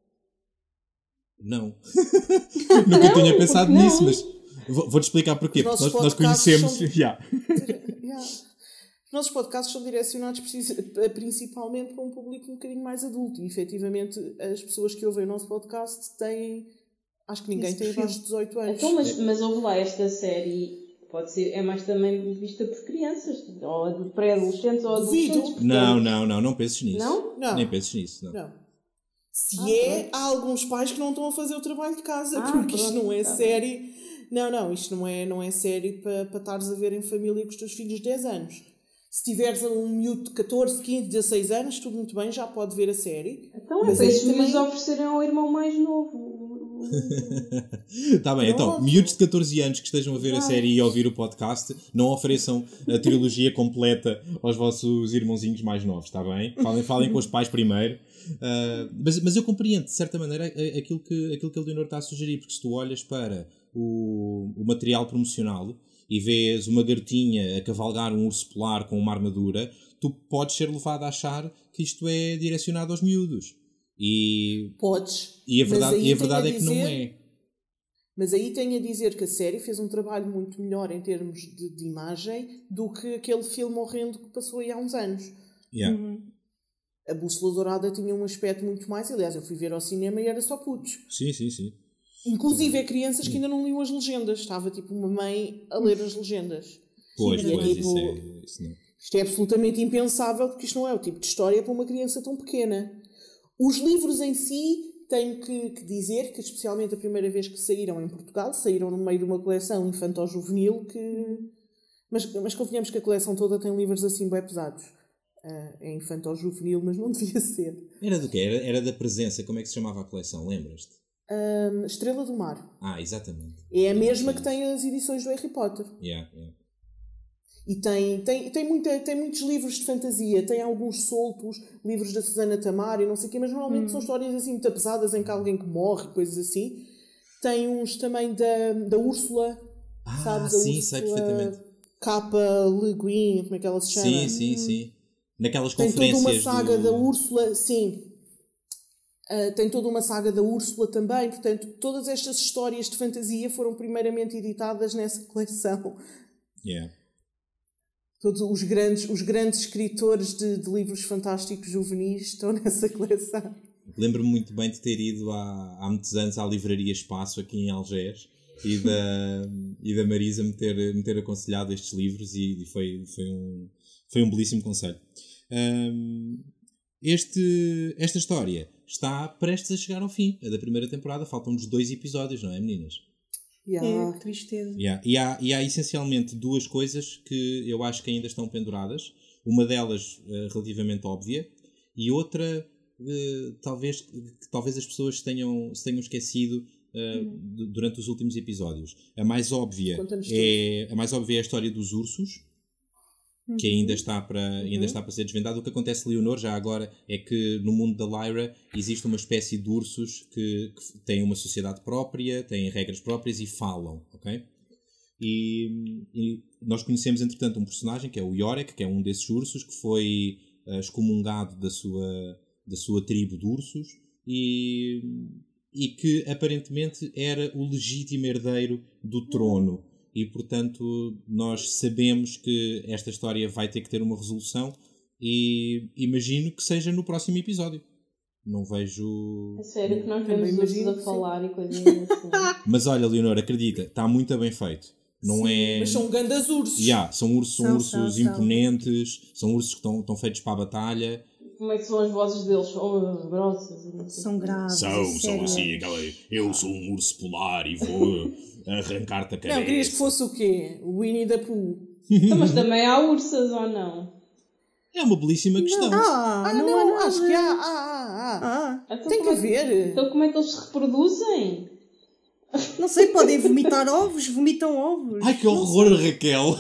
Não. Nunca não, tinha pensado nisso, mas vou-te explicar porquê. Porque nós, nós conhecemos... São... Yeah. yeah. Os nossos podcasts são direcionados principalmente para um público um bocadinho mais adulto. E, efetivamente, as pessoas que ouvem o nosso podcast têm... Acho que ninguém Isso tem abaixo de dezoito anos. Então, mas, mas ouve lá, esta série... Pode ser, é mais também vista por crianças, ou de pré-adolescentes, ou adolescentes. Portanto... Não, não, não, não penses nisso. Não? Não. Nem penses nisso, não. não. Se ah, é, pronto. Há alguns pais que não estão a fazer o trabalho de casa, ah, porque pronto, isto não é tá série... Bem. Não, não, isto não é, não é série para, para estares a ver em família com os teus filhos de dez anos. Se tiveres um miúdo de catorze, quinze, dezasseis anos, tudo muito bem, já pode ver a série. Então é para esses também... miúdos oferecerem ao irmão mais novo. Está bem, então, miúdos de catorze anos que estejam a ver a série e a ouvir o podcast, não ofereçam a trilogia completa aos vossos irmãozinhos mais novos, está bem? Falem, falem com os pais primeiro. Uh, mas, mas eu compreendo, de certa maneira, aquilo que, aquilo que a Leonor está a sugerir, porque se tu olhas para o, o material promocional e vês uma garotinha a cavalgar um urso polar com uma armadura, tu podes ser levado a achar que isto é direcionado aos miúdos. E, Podes. E a verdade, e a verdade a dizer, é que não é. Mas aí tenho a dizer que a série fez um trabalho muito melhor em termos de, de imagem do que aquele filme horrendo que passou aí há uns anos. Yeah. Uhum. A Bússola Dourada tinha um aspecto muito mais... Aliás, eu fui ver ao cinema e era só putos. Sim, sim, sim. Inclusive, é crianças que ainda não liam as legendas. Estava tipo uma mãe a ler as legendas. Pois, sim, pois, é, tipo, isso, é, isso não. Isto é absolutamente impensável, porque isto não é o tipo de história para uma criança tão pequena. Os livros em si, tenho que, que dizer que, especialmente a primeira vez que saíram em Portugal, saíram no meio de uma coleção infanto-juvenil que... Mas, mas convenhamos que a coleção toda tem livros assim bem pesados. Uh, é infanto-juvenil, mas não devia ser. Era do quê? Era, era da Presença. Como é que se chamava a coleção? Lembras-te? Um, Estrela do Mar. Ah, exatamente. É a mesma que tem as edições do Harry Potter. Yeah, yeah. E tem, tem, tem, muita, tem muitos livros de fantasia, tem alguns soltos, livros da Susana Tamar e não sei o quê, mas normalmente hum. são histórias assim muito pesadas em que alguém que morre, coisas assim. Tem uns também da, da Úrsula, ah, sabes? sim, Úrsula, sei perfeitamente. Capa Le Guin, como é que ela se chama? Sim, sim, sim. naquelas Tem conferências. Tem toda uma saga do... da Úrsula, sim. Uh, tem toda uma saga da Úrsula também. Portanto, todas estas histórias de fantasia foram primeiramente editadas nessa coleção. Yeah. Todos os grandes, os grandes escritores de, de livros fantásticos juvenis estão nessa coleção. Lembro-me muito bem de ter ido há, há muitos anos à Livraria Espaço, aqui em Algés, e da, e da Marisa me ter, me ter aconselhado estes livros, e, e foi, foi, um, foi um belíssimo conselho. Um, este, esta história está prestes a chegar ao fim, a da primeira temporada. Faltam-nos dois episódios, não é, meninas? Yeah. É, que tristeza. Yeah. E, há, e há essencialmente duas coisas que eu acho que ainda estão penduradas. Uma delas uh, relativamente óbvia, e outra uh, talvez, que talvez as pessoas tenham, se tenham esquecido uh, hum. d- durante os últimos episódios. A mais óbvia é a mais óbvia é a história dos ursos, uhum. que ainda está, para, uhum. ainda está para ser desvendado. O que acontece, Leonor, já agora, é que no mundo da Lyra existe uma espécie de ursos que, que têm uma sociedade própria, têm regras próprias e falam, ok? E, e nós conhecemos, entretanto, um personagem que é o Iorek, que é um desses ursos, que foi uh, excomungado da sua, da sua tribo de ursos e, e que aparentemente era o legítimo herdeiro do trono. E, portanto, nós sabemos que esta história vai ter que ter uma resolução e imagino que seja no próximo episódio. Não vejo... É sério que nós vemos ursos a falar e coisinhas assim. Mas olha, Leonor, acredita, está muito bem feito. Não Sim, é... mas são grandes ursos. Yeah, são ursos, são, são ursos são, imponentes, são. são ursos que estão, estão feitos para a batalha. Como é que são as vozes deles? São grossas? E são graves. São, são assim, aquela... Eu sou um urso polar e vou arrancar-te a cabeça. Não, querias que fosse o quê? O Winnie the Pooh. Então, mas também há ursas ou não? É uma belíssima questão. Não, ah, Ah, não, não, não acho que há. Ah, ah, ah. Ah, Então, Tem que como é- haver. Então como é que eles se reproduzem? não sei, podem vomitar ovos, vomitam ovos. Ai, que horror, Raquel!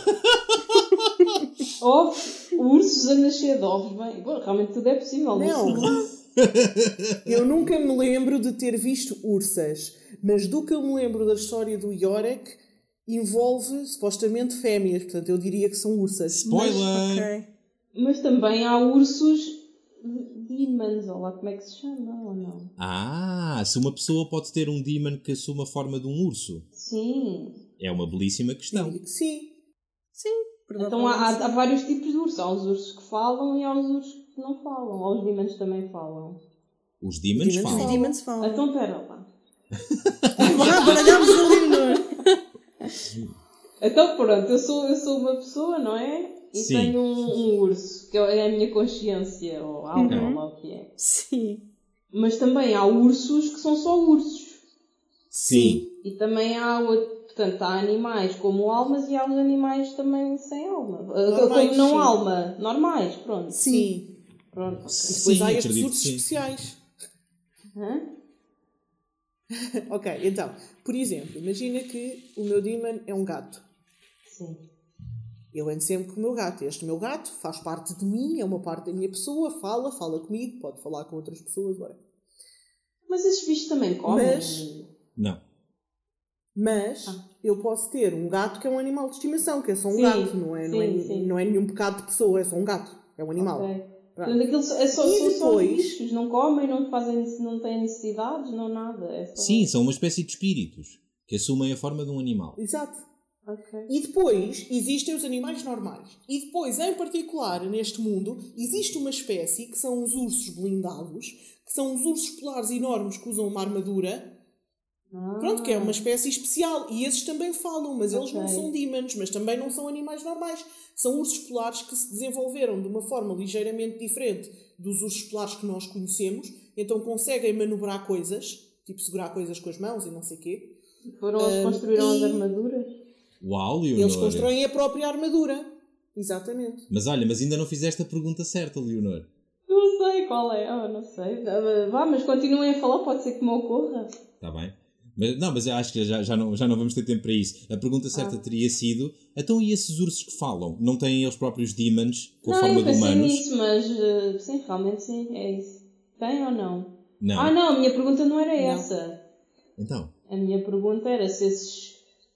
Ovos, ursos a nascer de ovos. Bem, bom, realmente tudo é possível. Não. Não. Eu nunca me lembro de ter visto ursas, mas do que eu me lembro da história do Iorek, envolve supostamente fêmeas, portanto eu diria que são ursas. Spoiler! Ok. Mas também há ursos demons, ou lá como é que se chama, ou não? Ah, se uma pessoa pode ter um demon que assume a forma de um urso. Sim. É uma belíssima questão. Diria que sim. Sim, Então há, há, há vários tipos de ursos. Há os ursos que falam e há os ursos que não falam. Ou os demons também falam. Os demons, Demons falam. Os demons falam. Então pera lá. Já baralhamos o Leonor. Então pronto, eu sou, eu sou uma pessoa, não é? E Sim. tenho um, um urso, que é a minha consciência, ou alma, Uhum. ou lá o que é. Sim. Mas também há ursos que são só ursos. Sim. E também há, outro- portanto, há animais como almas e há os animais também sem alma. Normais, como não sim. alma, normais, pronto. Sim. Pronto. E Sim, depois há estes acredito ursos que sim. especiais. Hã? Ok, então, por exemplo, imagina que o meu demon é um gato. Sim. Eu ando sempre com o meu gato. Este meu gato faz parte de mim, é uma parte da minha pessoa, fala, fala comigo, pode falar com outras pessoas, bora. Mas esses bichos também comem. Mas- Não. Mas Ah. eu posso ter um gato que é um animal de estimação, que é só um Sim, gato, não é, não, é, sim, sim. não é nenhum pecado de pessoa, é só um gato, é um animal. Ok. Pronto. Portanto, aquilo é só, E são só os depois- bichos, não comem, não, fazem, não têm necessidades, não nada. É só... Sim, são uma espécie de espíritos que assumem a forma de um animal. Exato. Ok. E depois existem os animais normais. E depois, em particular, neste mundo, existe uma espécie que são os ursos blindados, que são os ursos polares enormes que usam uma armadura. Ah. Pronto, que é uma espécie especial. E esses também falam, mas eles não Ok. são demons, mas também não são animais normais. São ursos polares que se desenvolveram de uma forma ligeiramente diferente dos ursos polares que nós conhecemos. Então conseguem manobrar coisas, tipo segurar coisas com as mãos e não sei o quê. Foram eles que Ah, construíram e- as armaduras? Uau, Leonor. Eles constroem a própria armadura. Exatamente. Mas olha, mas ainda não fizeste a pergunta certa, Leonor. Não sei qual é, oh, não sei. Vá, mas continuem a falar, pode ser que me ocorra. Está bem? Mas, não, mas eu acho que já, já, não, já não vamos ter tempo para isso. A pergunta certa Ah. teria sido: então e esses ursos que falam? Não têm eles próprios demons com a Não, forma eu de pensei humanos? nisso, mas uh, sim, realmente sim, é isso. Tem ou não? Não. Ah, não, a minha pergunta não era Não. essa. Então. A minha pergunta era se esses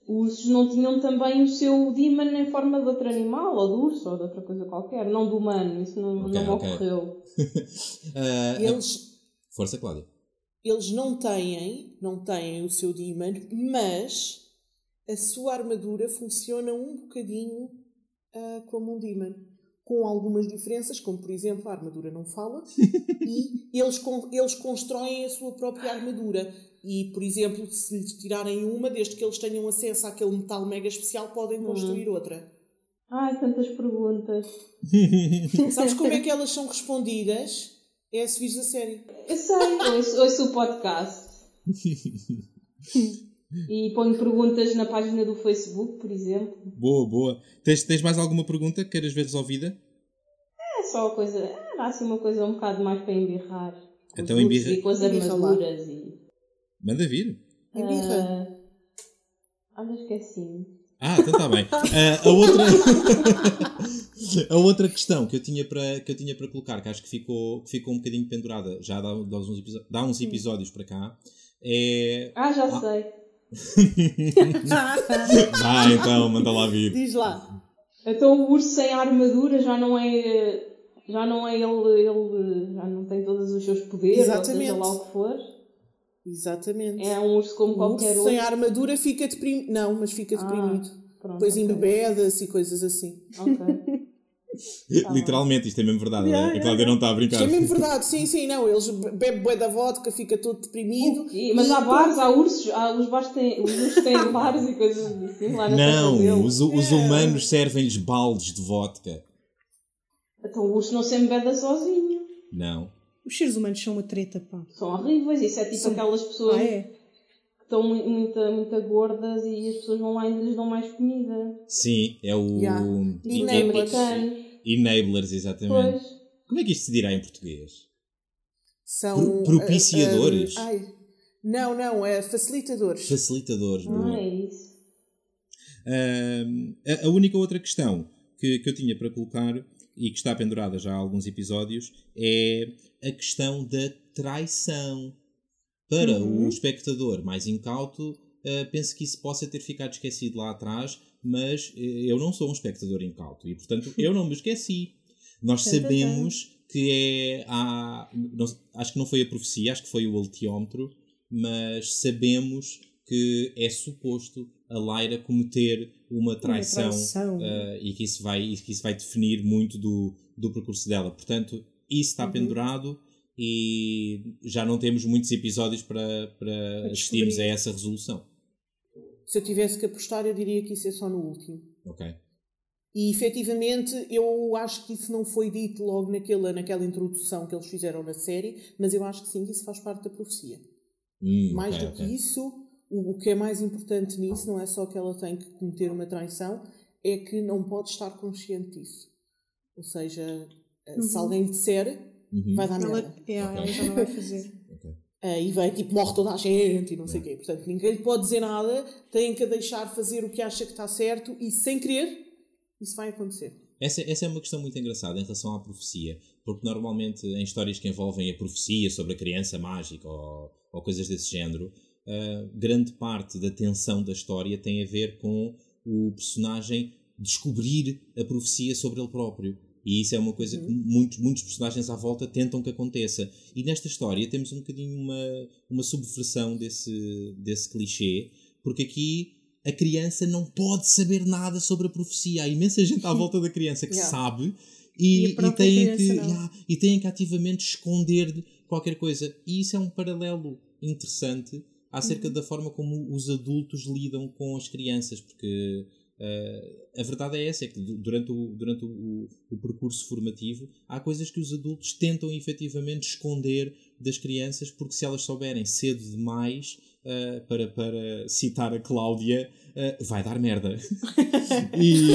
os ursos não tinham também o seu demon em forma de outro animal, ou de urso, ou de outra coisa qualquer, não do humano, isso não, Ok, não me ok. ocorreu. Ah, Eles, Força, Cláudia. eles não têm, não têm o seu demon, mas a sua armadura funciona um bocadinho ah, como um demon. Com algumas diferenças, como por exemplo a armadura não fala e eles, con- eles constroem a sua própria armadura. E, por exemplo, se lhes tirarem uma, desde que eles tenham acesso àquele metal mega especial, podem construir outra. Ai, tantas perguntas. Sabes como é que elas são respondidas? É se vires a série. Eu sei, ouço, ouço o podcast. E ponho perguntas na página do Facebook, por exemplo. Boa, boa. Tens, tens mais alguma pergunta que queiras ver resolvida? É só uma coisa, era assim uma coisa um bocado mais para embirrar. Com Então os ursos embirra- e com as embirra lá. armaduras e... Manda vir. Embirra. Ah, olha, esqueci-me. Ah, então está bem. Ah, a outra a outra questão que eu tinha para que eu tinha para colocar, que acho que ficou, que ficou um bocadinho pendurada já dá, dá, uns, episo- dá uns episódios para cá, é... Ah, já sei. Vai então, manda lá vir. Diz lá. Então o urso sem armadura já não é... Já não é ele, ele... Já não tem todos os seus poderes, Exatamente. ou seja lá o que for. Exatamente. É um urso como O qualquer urso outro. sem armadura fica deprimido. Não, mas fica Ah, deprimido. pronto, Depois ok. embebeda-se e coisas assim. Ok. Tá Literalmente, isto é mesmo verdade. Yeah, a yeah, Cláudia não está a brincar. Isto é mesmo verdade, sim, sim, não. Eles bebem bué da vodka, fica todo deprimido. E- mas e há bares, há ursos, há, os bares têm, os ursos têm bares e coisas assim lá na terra Não, deles. os, os humanos servem-lhes baldes de vodka. Então o urso não se embeda sozinho. Não. Os seres humanos são uma treta, pá. São horríveis. Isso é tipo São- aquelas pessoas Ah, é? que estão muito, muito, muito gordas e as pessoas vão lá e lhes dão mais comida. Sim, é o... Yeah. E os Enablers. americanos. Enablers, exatamente. Pois. Como é que isto se dirá em português? São. Pro- propiciadores? ah, ah, ai, não, não, é facilitadores. Facilitadores. boa. Ah, é isso. Ahm, a, a única outra questão que, que eu tinha para colocar e que está pendurada já há alguns episódios é a questão da traição. Para Uhum. o espectador mais incauto, uh, penso que isso possa ter ficado esquecido lá atrás, mas uh, eu não sou um espectador incauto e, portanto, eu não me esqueci. Nós sabemos que é... Há, não, acho que não foi a profecia, acho que foi o altiómetro, mas sabemos que é suposto a Lyra cometer uma traição, Uma traição. uh, e, que isso vai, e que isso vai definir muito do, do percurso dela. Portanto, isso está Uhum. pendurado e já não temos muitos episódios para, para assistirmos a descobrir. essa resolução. Se eu tivesse que apostar, eu diria que isso é só no último. Ok? E efetivamente, eu acho que isso não foi dito logo naquela, naquela introdução que eles fizeram na série, mas eu acho que sim, que isso faz parte da profecia. Hum, Mais ok, do ok. que isso, o, o que é mais importante nisso não é só que ela tem que cometer uma traição, é que não pode estar consciente disso. Ou seja, se alguém lhe disser, Uhum. vai dar Ela, merda. é, ela já não vai fazer. Ah, e vai tipo, morre toda a gente e não sei o quê. Portanto, ninguém lhe pode dizer nada, tem que a deixar fazer o que acha que está certo e sem querer, isso vai acontecer. Essa, essa é uma questão muito engraçada em relação à profecia, porque normalmente em histórias que envolvem a profecia sobre a criança mágica ou, ou coisas desse género, uh, grande parte da tensão da história tem a ver com o personagem descobrir a profecia sobre ele próprio. E isso é uma coisa que muitos, muitos personagens à volta tentam que aconteça. E nesta história temos um bocadinho uma, uma subversão desse, desse clichê, porque aqui a criança não pode saber nada sobre a profecia. Há imensa gente à volta da criança que Yeah. sabe E e, a e, própria têm criança que, não. yeah, e têm que ativamente esconder qualquer coisa. E isso é um paralelo interessante acerca da forma como os adultos lidam com as crianças, porque uh, a verdade é essa, é que durante, o, durante o, o, o percurso formativo há coisas que os adultos tentam efetivamente esconder das crianças, porque se elas souberem cedo demais, uh, para, para citar a Cláudia, uh, vai dar merda. e...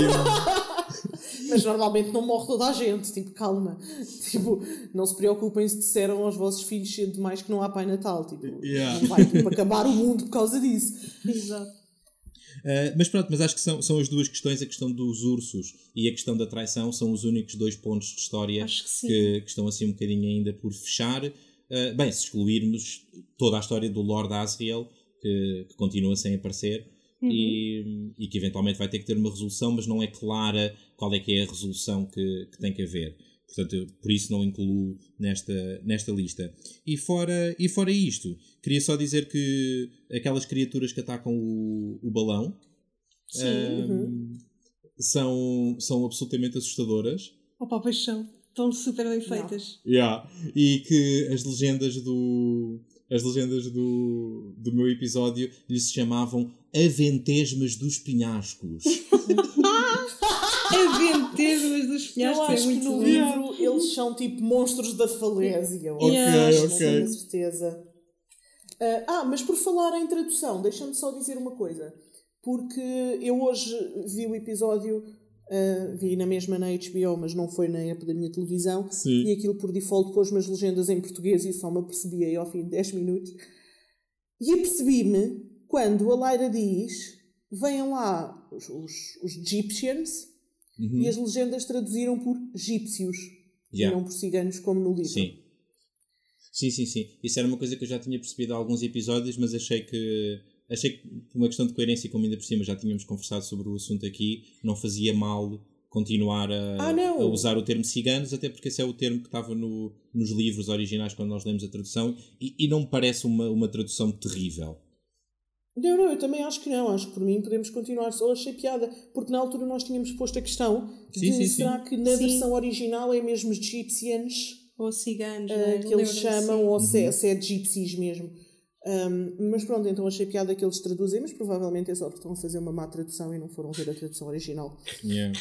Mas normalmente não morre toda a gente, tipo, calma. Tipo, não se preocupem se disseram aos vossos filhos cedo demais que não há Pai Natal. Tipo, Yeah. não vai tipo, acabar o mundo por causa disso. Exato. Uh, mas pronto, mas acho que são, são as duas questões, a questão dos ursos e a questão da traição, são os únicos dois pontos de história Acho que sim. que, que estão assim um bocadinho ainda por fechar. Uh, bem, se excluirmos toda a história do Lord Asriel, que, que continua sem aparecer, uhum. e, e que eventualmente vai ter que ter uma resolução, mas não é clara qual é que é a resolução que, que tem que haver. Portanto, eu, por isso não incluo nesta, nesta lista. E fora, e fora isto, queria só dizer que aquelas criaturas que atacam o, o balão Sim, um, uhum. são, são absolutamente assustadoras. Opa, paixão. Estão super bem feitas. Yeah. E que as legendas do... As legendas do, do meu episódio lhe se chamavam Aventesmas dos Penhascos. Aventesmas dos Penhascos. Eu acho é muito que no lindo. livro eles são tipo monstros da falésia. Ok, acho, ok. Não tenho a certeza. Uh, ah, mas por falar em tradução, deixa-me só dizer uma coisa. Porque eu hoje vi o episódio... Uh, vi na mesma na H B O, mas não foi na app da minha televisão. Sim. E aquilo por default pôs-me as legendas em português e só me apercebi aí ao fim de dez minutos. E apercebi-me quando a Lyra diz: venham lá os, os, os Egyptians, uhum. e as legendas traduziram por egípcios, yeah. e não por ciganos, como no livro. Sim. Sim, sim, sim. Isso era uma coisa que eu já tinha percebido há alguns episódios, mas achei que. Achei que, por uma questão de coerência, como ainda por cima já tínhamos conversado sobre o assunto aqui, não fazia mal continuar a, ah, a usar o termo ciganos, até porque esse é o termo que estava no, nos livros originais quando nós lemos a tradução, e, e não me parece uma, uma tradução terrível. Não, não, eu também acho que não. Acho que por mim podemos continuar. Só achei piada, porque na altura nós tínhamos posto a questão sim, de sim, será sim. que na sim. versão original é mesmo Egyptians ou ciganos, uh, né? que eles chamam, assim. ou se é, uhum. se é gypsies mesmo. Um, mas pronto, então achei piada que eles traduzem, mas provavelmente é só porque estão a fazer uma má tradução e não foram ver a tradução original. Yeah.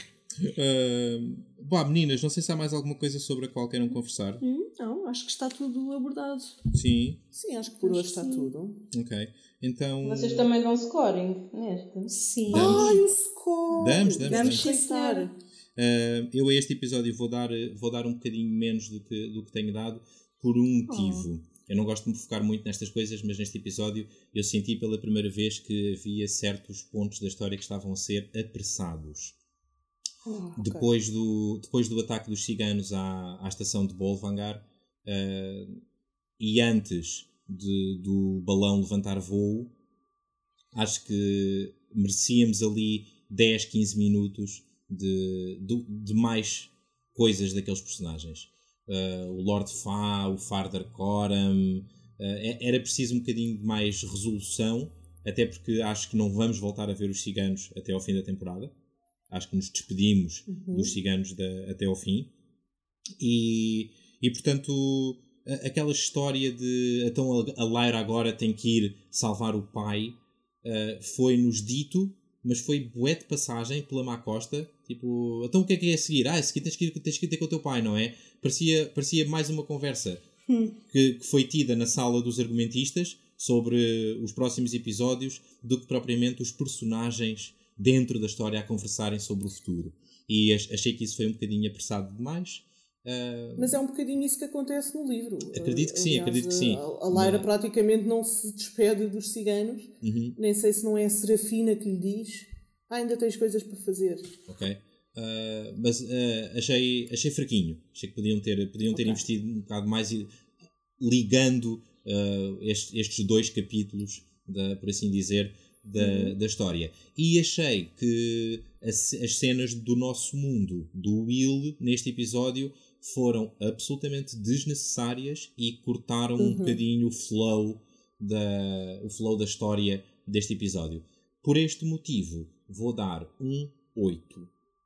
Uh, bom, meninas, não sei se há mais alguma coisa sobre a qual queiram conversar. Hum, não, acho que está tudo abordado. Sim. Sim, acho que por acho hoje está sim. tudo. Ok. Então... Vocês também dão scoring neste? Sim. Damos. Ai, o score! Damos, damos, Vamos damos. sentar. Uh, eu a este episódio vou dar, vou dar um bocadinho menos do que, do que tenho dado por um motivo. Oh. Eu não gosto de me focar muito nestas coisas, mas neste episódio eu senti pela primeira vez que havia certos pontos da história que estavam a ser apressados. Oh, okay. depois, do, depois do ataque dos ciganos à, à estação de Bolvangar uh, e antes de, do balão levantar voo, acho que merecíamos ali dez, quinze minutos de, de, de mais coisas daqueles personagens. Uh, o Lord Fa, o Farder Coram, uh, era preciso um bocadinho de mais resolução, até porque acho que não vamos voltar a ver os ciganos até ao fim da temporada. Acho que nos despedimos uhum. dos ciganos da, até ao fim. E, e portanto, a, aquela história de então a, a Lyra agora tem que ir salvar o pai, uh, foi-nos dito, mas foi bué de passagem pela má costa. Tipo, então o que é que é a seguir? Ah, a seguir tens que ir, tens que ir ter com o teu pai, não é? Parecia, parecia mais uma conversa hum. que, que foi tida na sala dos argumentistas sobre os próximos episódios do que propriamente os personagens dentro da história a conversarem sobre o futuro. E achei que isso foi um bocadinho apressado demais. Uh... Mas é um bocadinho isso que acontece no livro. Acredito que sim, Aliás, acredito que sim. A, a Lyra Mas... praticamente não se despede dos ciganos. Uhum. Nem sei se não é a Serafina que lhe diz: ah, ainda tens coisas para fazer. Ok. Uh, mas uh, achei, achei fraquinho. Achei que podiam ter, podiam ter okay. investido um bocado mais ligando uh, estes, estes dois capítulos, da, por assim dizer, da, uhum. da história. E achei que as, as cenas do nosso mundo, do Will, neste episódio, foram absolutamente desnecessárias e cortaram uhum. um bocadinho o flow, da, o flow da história deste episódio. Por este motivo, vou dar um oito.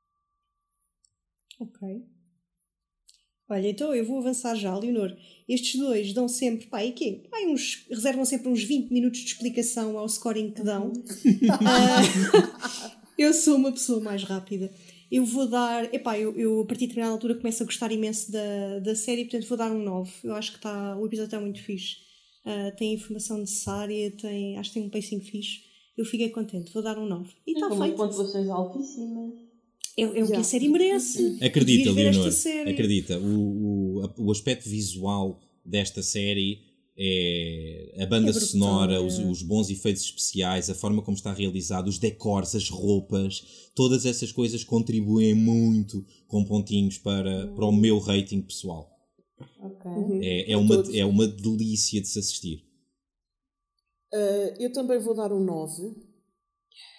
Ok. Olha, então eu vou avançar já, Leonor. Estes dois dão sempre, pá, e quê? Pá, uns, reservam sempre uns vinte minutos de explicação ao scoring que dão. uh, eu sou uma pessoa mais rápida. Eu vou dar, epá, eu, eu a partir de determinada altura começo a gostar imenso da, da série, portanto vou dar um nove. Eu acho que tá, o episódio está muito fixe. Uh, tem a informação necessária, tem, acho que tem um pacing fixe. Eu fiquei contente, vou dar um nove. E está feito. Com pontuações altíssimas. É, é o que a série merece. Acredita, Leonor, acredita. O, o, o aspecto visual desta série é a banda é brutal, sonora, é. Os, os bons efeitos especiais, a forma como está realizado, os decors, as roupas, todas essas coisas contribuem muito com pontinhos para, para o meu rating pessoal. Okay. É, é, uma, é uma delícia de se assistir. Uh, eu também vou dar um nove.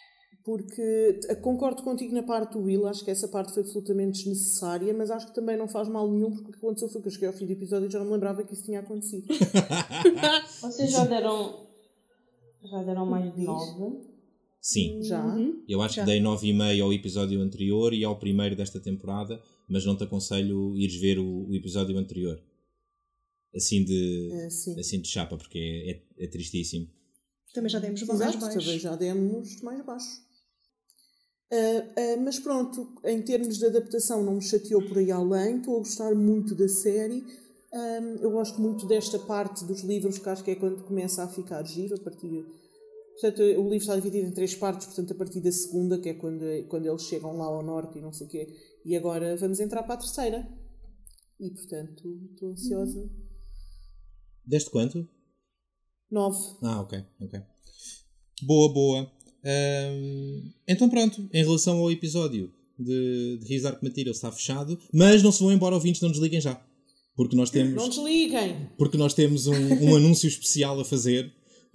porque concordo contigo na parte do Will, acho que essa parte foi absolutamente desnecessária, mas acho que também não faz mal nenhum, porque o que aconteceu foi que eu cheguei ao fim do episódio e já não me lembrava que isso tinha acontecido. Vocês já deram, já deram mais de nove? Sim. Já? Uhum. Eu acho Já. que dei nove e meio ao episódio anterior e ao primeiro desta temporada, mas não te aconselho ires ver o, o episódio anterior. Assim de, É, sim. assim de chapa, porque é, é, é tristíssimo. Também já demos mais Exato, baixo. também já demos mais baixo. Uh, uh, mas pronto, em termos de adaptação não me chateou por aí além, estou a gostar muito da série. Um, eu gosto muito desta parte dos livros, que acho que é quando começa a ficar giro, a partir... Portanto, o livro está dividido em três partes, portanto, a partir da segunda, que é quando, quando eles chegam lá ao norte e não sei o quê. E agora vamos entrar para a terceira. E, portanto, estou ansiosa. Deste quanto? Nove. Ah, ok, ok. Boa, boa. Hum, então pronto, em relação ao episódio de, de His Dark Material está fechado, mas não se vão embora ouvintes, não desliguem já. Porque nós temos, Não desliguem! porque nós temos um, um anúncio especial a fazer.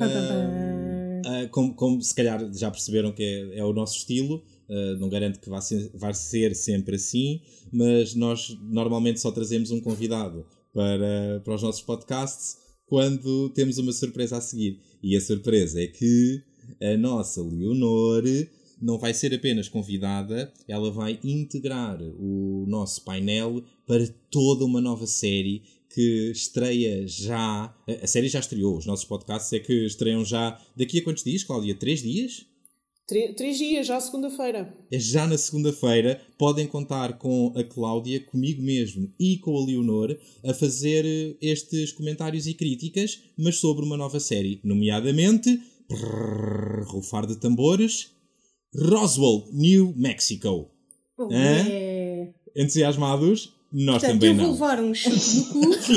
Hum, uh, como, como se calhar já perceberam que é, é o nosso estilo. Uh, não garanto que vá ser, vai ser sempre assim, mas nós normalmente só trazemos um convidado para, para os nossos podcasts quando temos uma surpresa a seguir. E a surpresa é que a nossa Leonor não vai ser apenas convidada, ela vai integrar o nosso painel para toda uma nova série que estreia já... A série já estreou, os nossos podcasts é que estreiam já... Daqui a quantos dias, Cláudia? Três dias? Três, três dias, já segunda-feira. É já na segunda-feira. Podem contar com a Cláudia, comigo mesmo e com a Leonor a fazer estes comentários e críticas, mas sobre uma nova série, nomeadamente... Prrr, rufar de tambores. Roswell, New Mexico. Oh, Hã? é. Entusiasmados? Nós Portanto, também eu vou não. levar um chute no cu.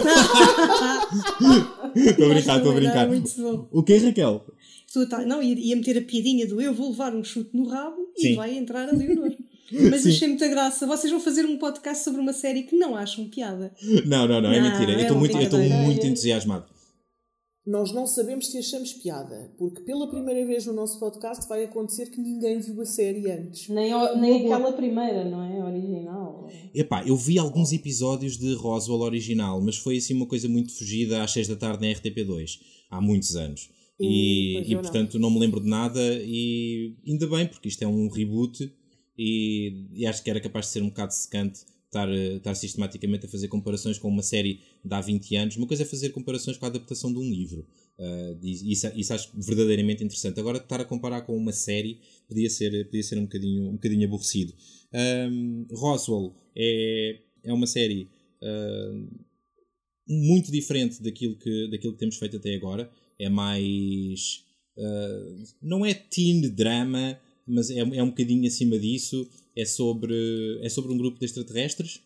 Estou a brincar, estou a brincar. Muito bom. O que, Raquel? Estou a- Não, ia, ia meter a piadinha do eu vou levar um chute no rabo Sim. e vai entrar a Leonor. Mas Sim. achei muita graça. Vocês vão fazer um podcast sobre uma série que não acham piada. Não, não, não, é Não, mentira. Eu é estou uma muito, eu estou brincadeira. muito entusiasmado. Nós não sabemos se achamos piada, porque pela primeira vez no nosso podcast vai acontecer que ninguém viu a série antes. Nem, o- nem aquela primeira, não é? Original. Epá, eu vi alguns episódios de Roswell original, mas foi assim uma coisa muito fugida às seis da tarde na R T P dois, há muitos anos. E, Hum, pois e eu não. portanto não me lembro de nada e ainda bem, porque isto é um reboot e, e acho que era capaz de ser um bocado secante estar, eh, estar sistematicamente a fazer comparações com uma série de há vinte anos. Uma coisa é fazer comparações com a adaptação de um livro. Uh, e isso, isso acho verdadeiramente interessante. Agora estar a comparar com uma série podia ser, podia ser um bocadinho, um bocadinho aborrecido. Um, Roswell é, é uma série uh, muito diferente daquilo que, daquilo que temos feito até agora. É mais... Uh, não é teen drama, mas é, é um bocadinho acima disso. É sobre, é sobre um grupo de extraterrestres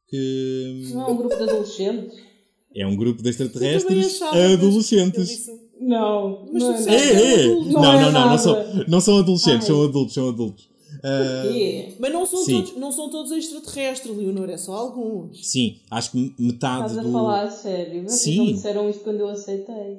que... Não é um grupo de adolescentes? É um grupo de Eu também extraterrestres achava, mas adolescentes. eu disse- Não. Mas não tu é disseste- nada. É, é. Não Não, é não, não, não nada. são, não são adolescentes, Ai. são adultos, são adultos. Ah, Quê? Mas não são, Sim. todos, não são todos extraterrestres, Leonor, é só alguns. sim, acho que metade Estás a do... falar a sério? Vocês Sim. não me disseram isto quando eu aceitei.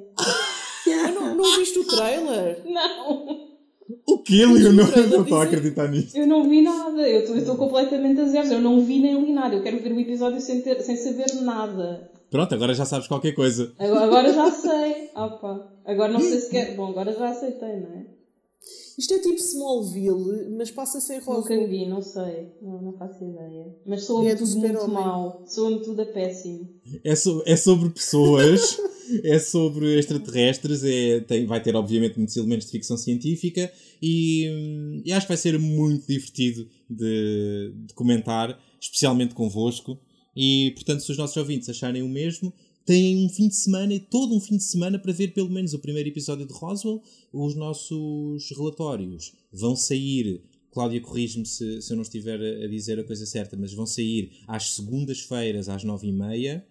Ah, não, não viste o trailer? Não. O quê, Leonor? trailer Não estou a dizer- acreditar nisto. Eu não vi nada. Eu estou- eu estou completamente a zero. Eu não vi nem li nada. Eu quero ver o episódio sem, ter, sem saber nada. Pronto, agora já sabes qualquer coisa. Agora, agora já sei. Opa. Agora não sei se quer. Bom, agora já aceitei, não é? Isto é tipo Smallville, mas passa-se em Nunca Roswell. vi, não sei. Não, não faço ideia. Mas soa-me É do tudo muito Super-Homem. mal. Soa-me tudo a péssimo. É, so- é sobre pessoas, é sobre extraterrestres, é, tem, vai ter obviamente muitos elementos de ficção científica e, hum, e acho que vai ser muito divertido de, de comentar, especialmente convosco. E portanto, se os nossos ouvintes acharem o mesmo, têm um fim de semana, todo um fim de semana para ver pelo menos o primeiro episódio de Roswell. Os nossos relatórios vão sair, Cláudia corrige-me se, se eu não estiver a dizer a coisa certa, mas vão sair às segundas-feiras às nove e meia.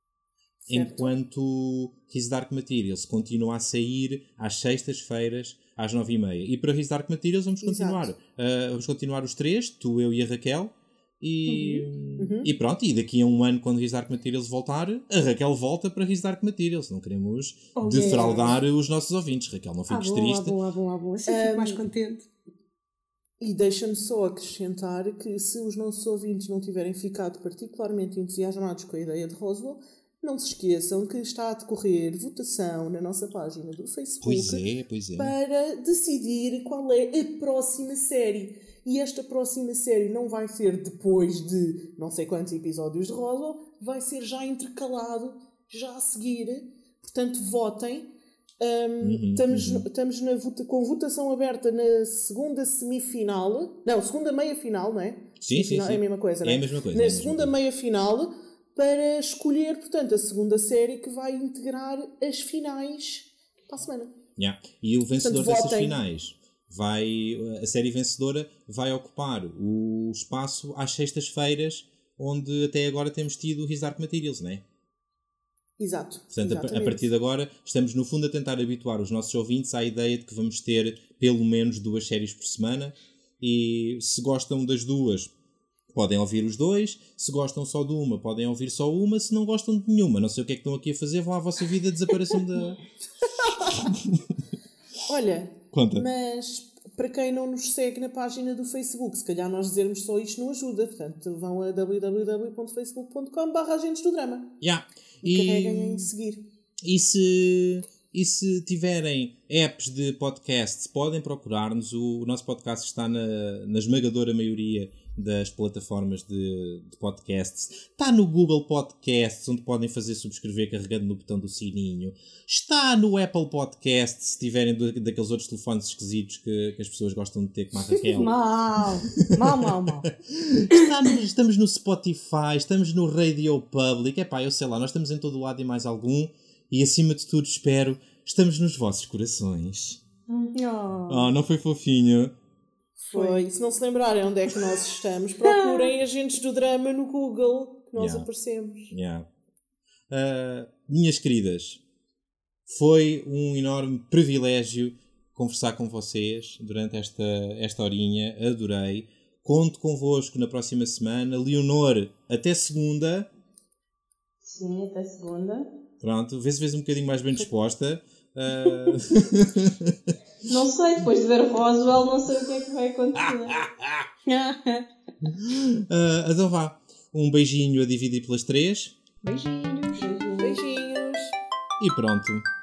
Certo. Enquanto His Dark Materials continua a sair às sextas-feiras às nove e meia. E para His Dark Materials vamos continuar. Exato. Uh, vamos continuar os três, tu, eu e a Raquel. E, Uhum. e pronto, e daqui a um ano, quando His Dark Materials voltar, a Raquel volta para His Dark Materials. Não queremos Oh, defraudar os nossos ouvintes. Raquel, não Ah, fiques bom, ah, triste. bom, ah, bom, ah, bom. Assim Um, fico mais contente. E deixa-me só acrescentar que se os nossos ouvintes não tiverem ficado particularmente entusiasmados com a ideia de Roswell, não se esqueçam que está a decorrer votação na nossa página do Facebook Pois é, pois é. para decidir qual é a próxima série. E esta próxima série não vai ser depois de não sei quantos episódios de Roswell, vai ser já intercalado, já a seguir. Portanto, votem. Um, uhum, estamos uhum. estamos na vota, com votação aberta na segunda semifinal. Não, segunda meia-final, não é? Sim, sim, sim. É a mesma coisa, não é? é? É a mesma coisa. Na é a mesma segunda coisa. meia-final, para escolher, portanto, a segunda série que vai integrar as finais para a semana. Yeah. E o vencedor Portanto, dessas votem. finais, vai, a série vencedora vai ocupar o espaço às sextas-feiras, onde até agora temos tido o His Dark Materials, não é? Exato. Portanto, a, a exatamente. partir de agora, estamos no fundo a tentar habituar os nossos ouvintes à ideia de que vamos ter pelo menos duas séries por semana, e se gostam das duas, podem ouvir os dois. Se gostam só de uma, podem ouvir só uma. Se não gostam de nenhuma, não sei o que é que estão aqui a fazer, vão à vossa vida, desapareçam da... Olha, Conta. mas para quem não nos segue na página do Facebook, se calhar nós dizermos só isto não ajuda. Portanto, vão a w w w ponto facebook ponto com barra agentes do drama Yeah. e, E... carreguem em seguir. E se, e se tiverem apps de podcasts, podem procurar-nos. O, o nosso podcast está na, na esmagadora maioria das plataformas de, de podcasts. Está no Google Podcasts, onde podem fazer subscrever carregando no botão do sininho. Está no Apple Podcasts, se tiverem do, daqueles outros telefones esquisitos que, que as pessoas gostam de ter, como a Raquel. Mal, mal, mal, mal. Está no, estamos no Spotify, estamos no Radio Public. Epá, eu sei lá, nós estamos em todo o lado e mais algum. E acima de tudo, espero, estamos nos vossos corações. Oh. Oh, não foi fofinho? Foi. E se não se lembrarem onde é que nós estamos, procurem Agentes do Drama no Google, que nós Yeah. aparecemos. Yeah. Uh, minhas queridas, foi um enorme privilégio conversar com vocês durante esta, esta horinha. Adorei. Conto convosco na próxima semana. Leonor, até segunda. Sim, até segunda. Pronto, vê se vês um bocadinho mais bem disposta. Uh... Não sei, depois de ver Roswell, não sei o que é que vai acontecer. uh, então vá. Um beijinho a dividir pelas três. Beijinhos. Beijinhos. Beijinhos. E pronto.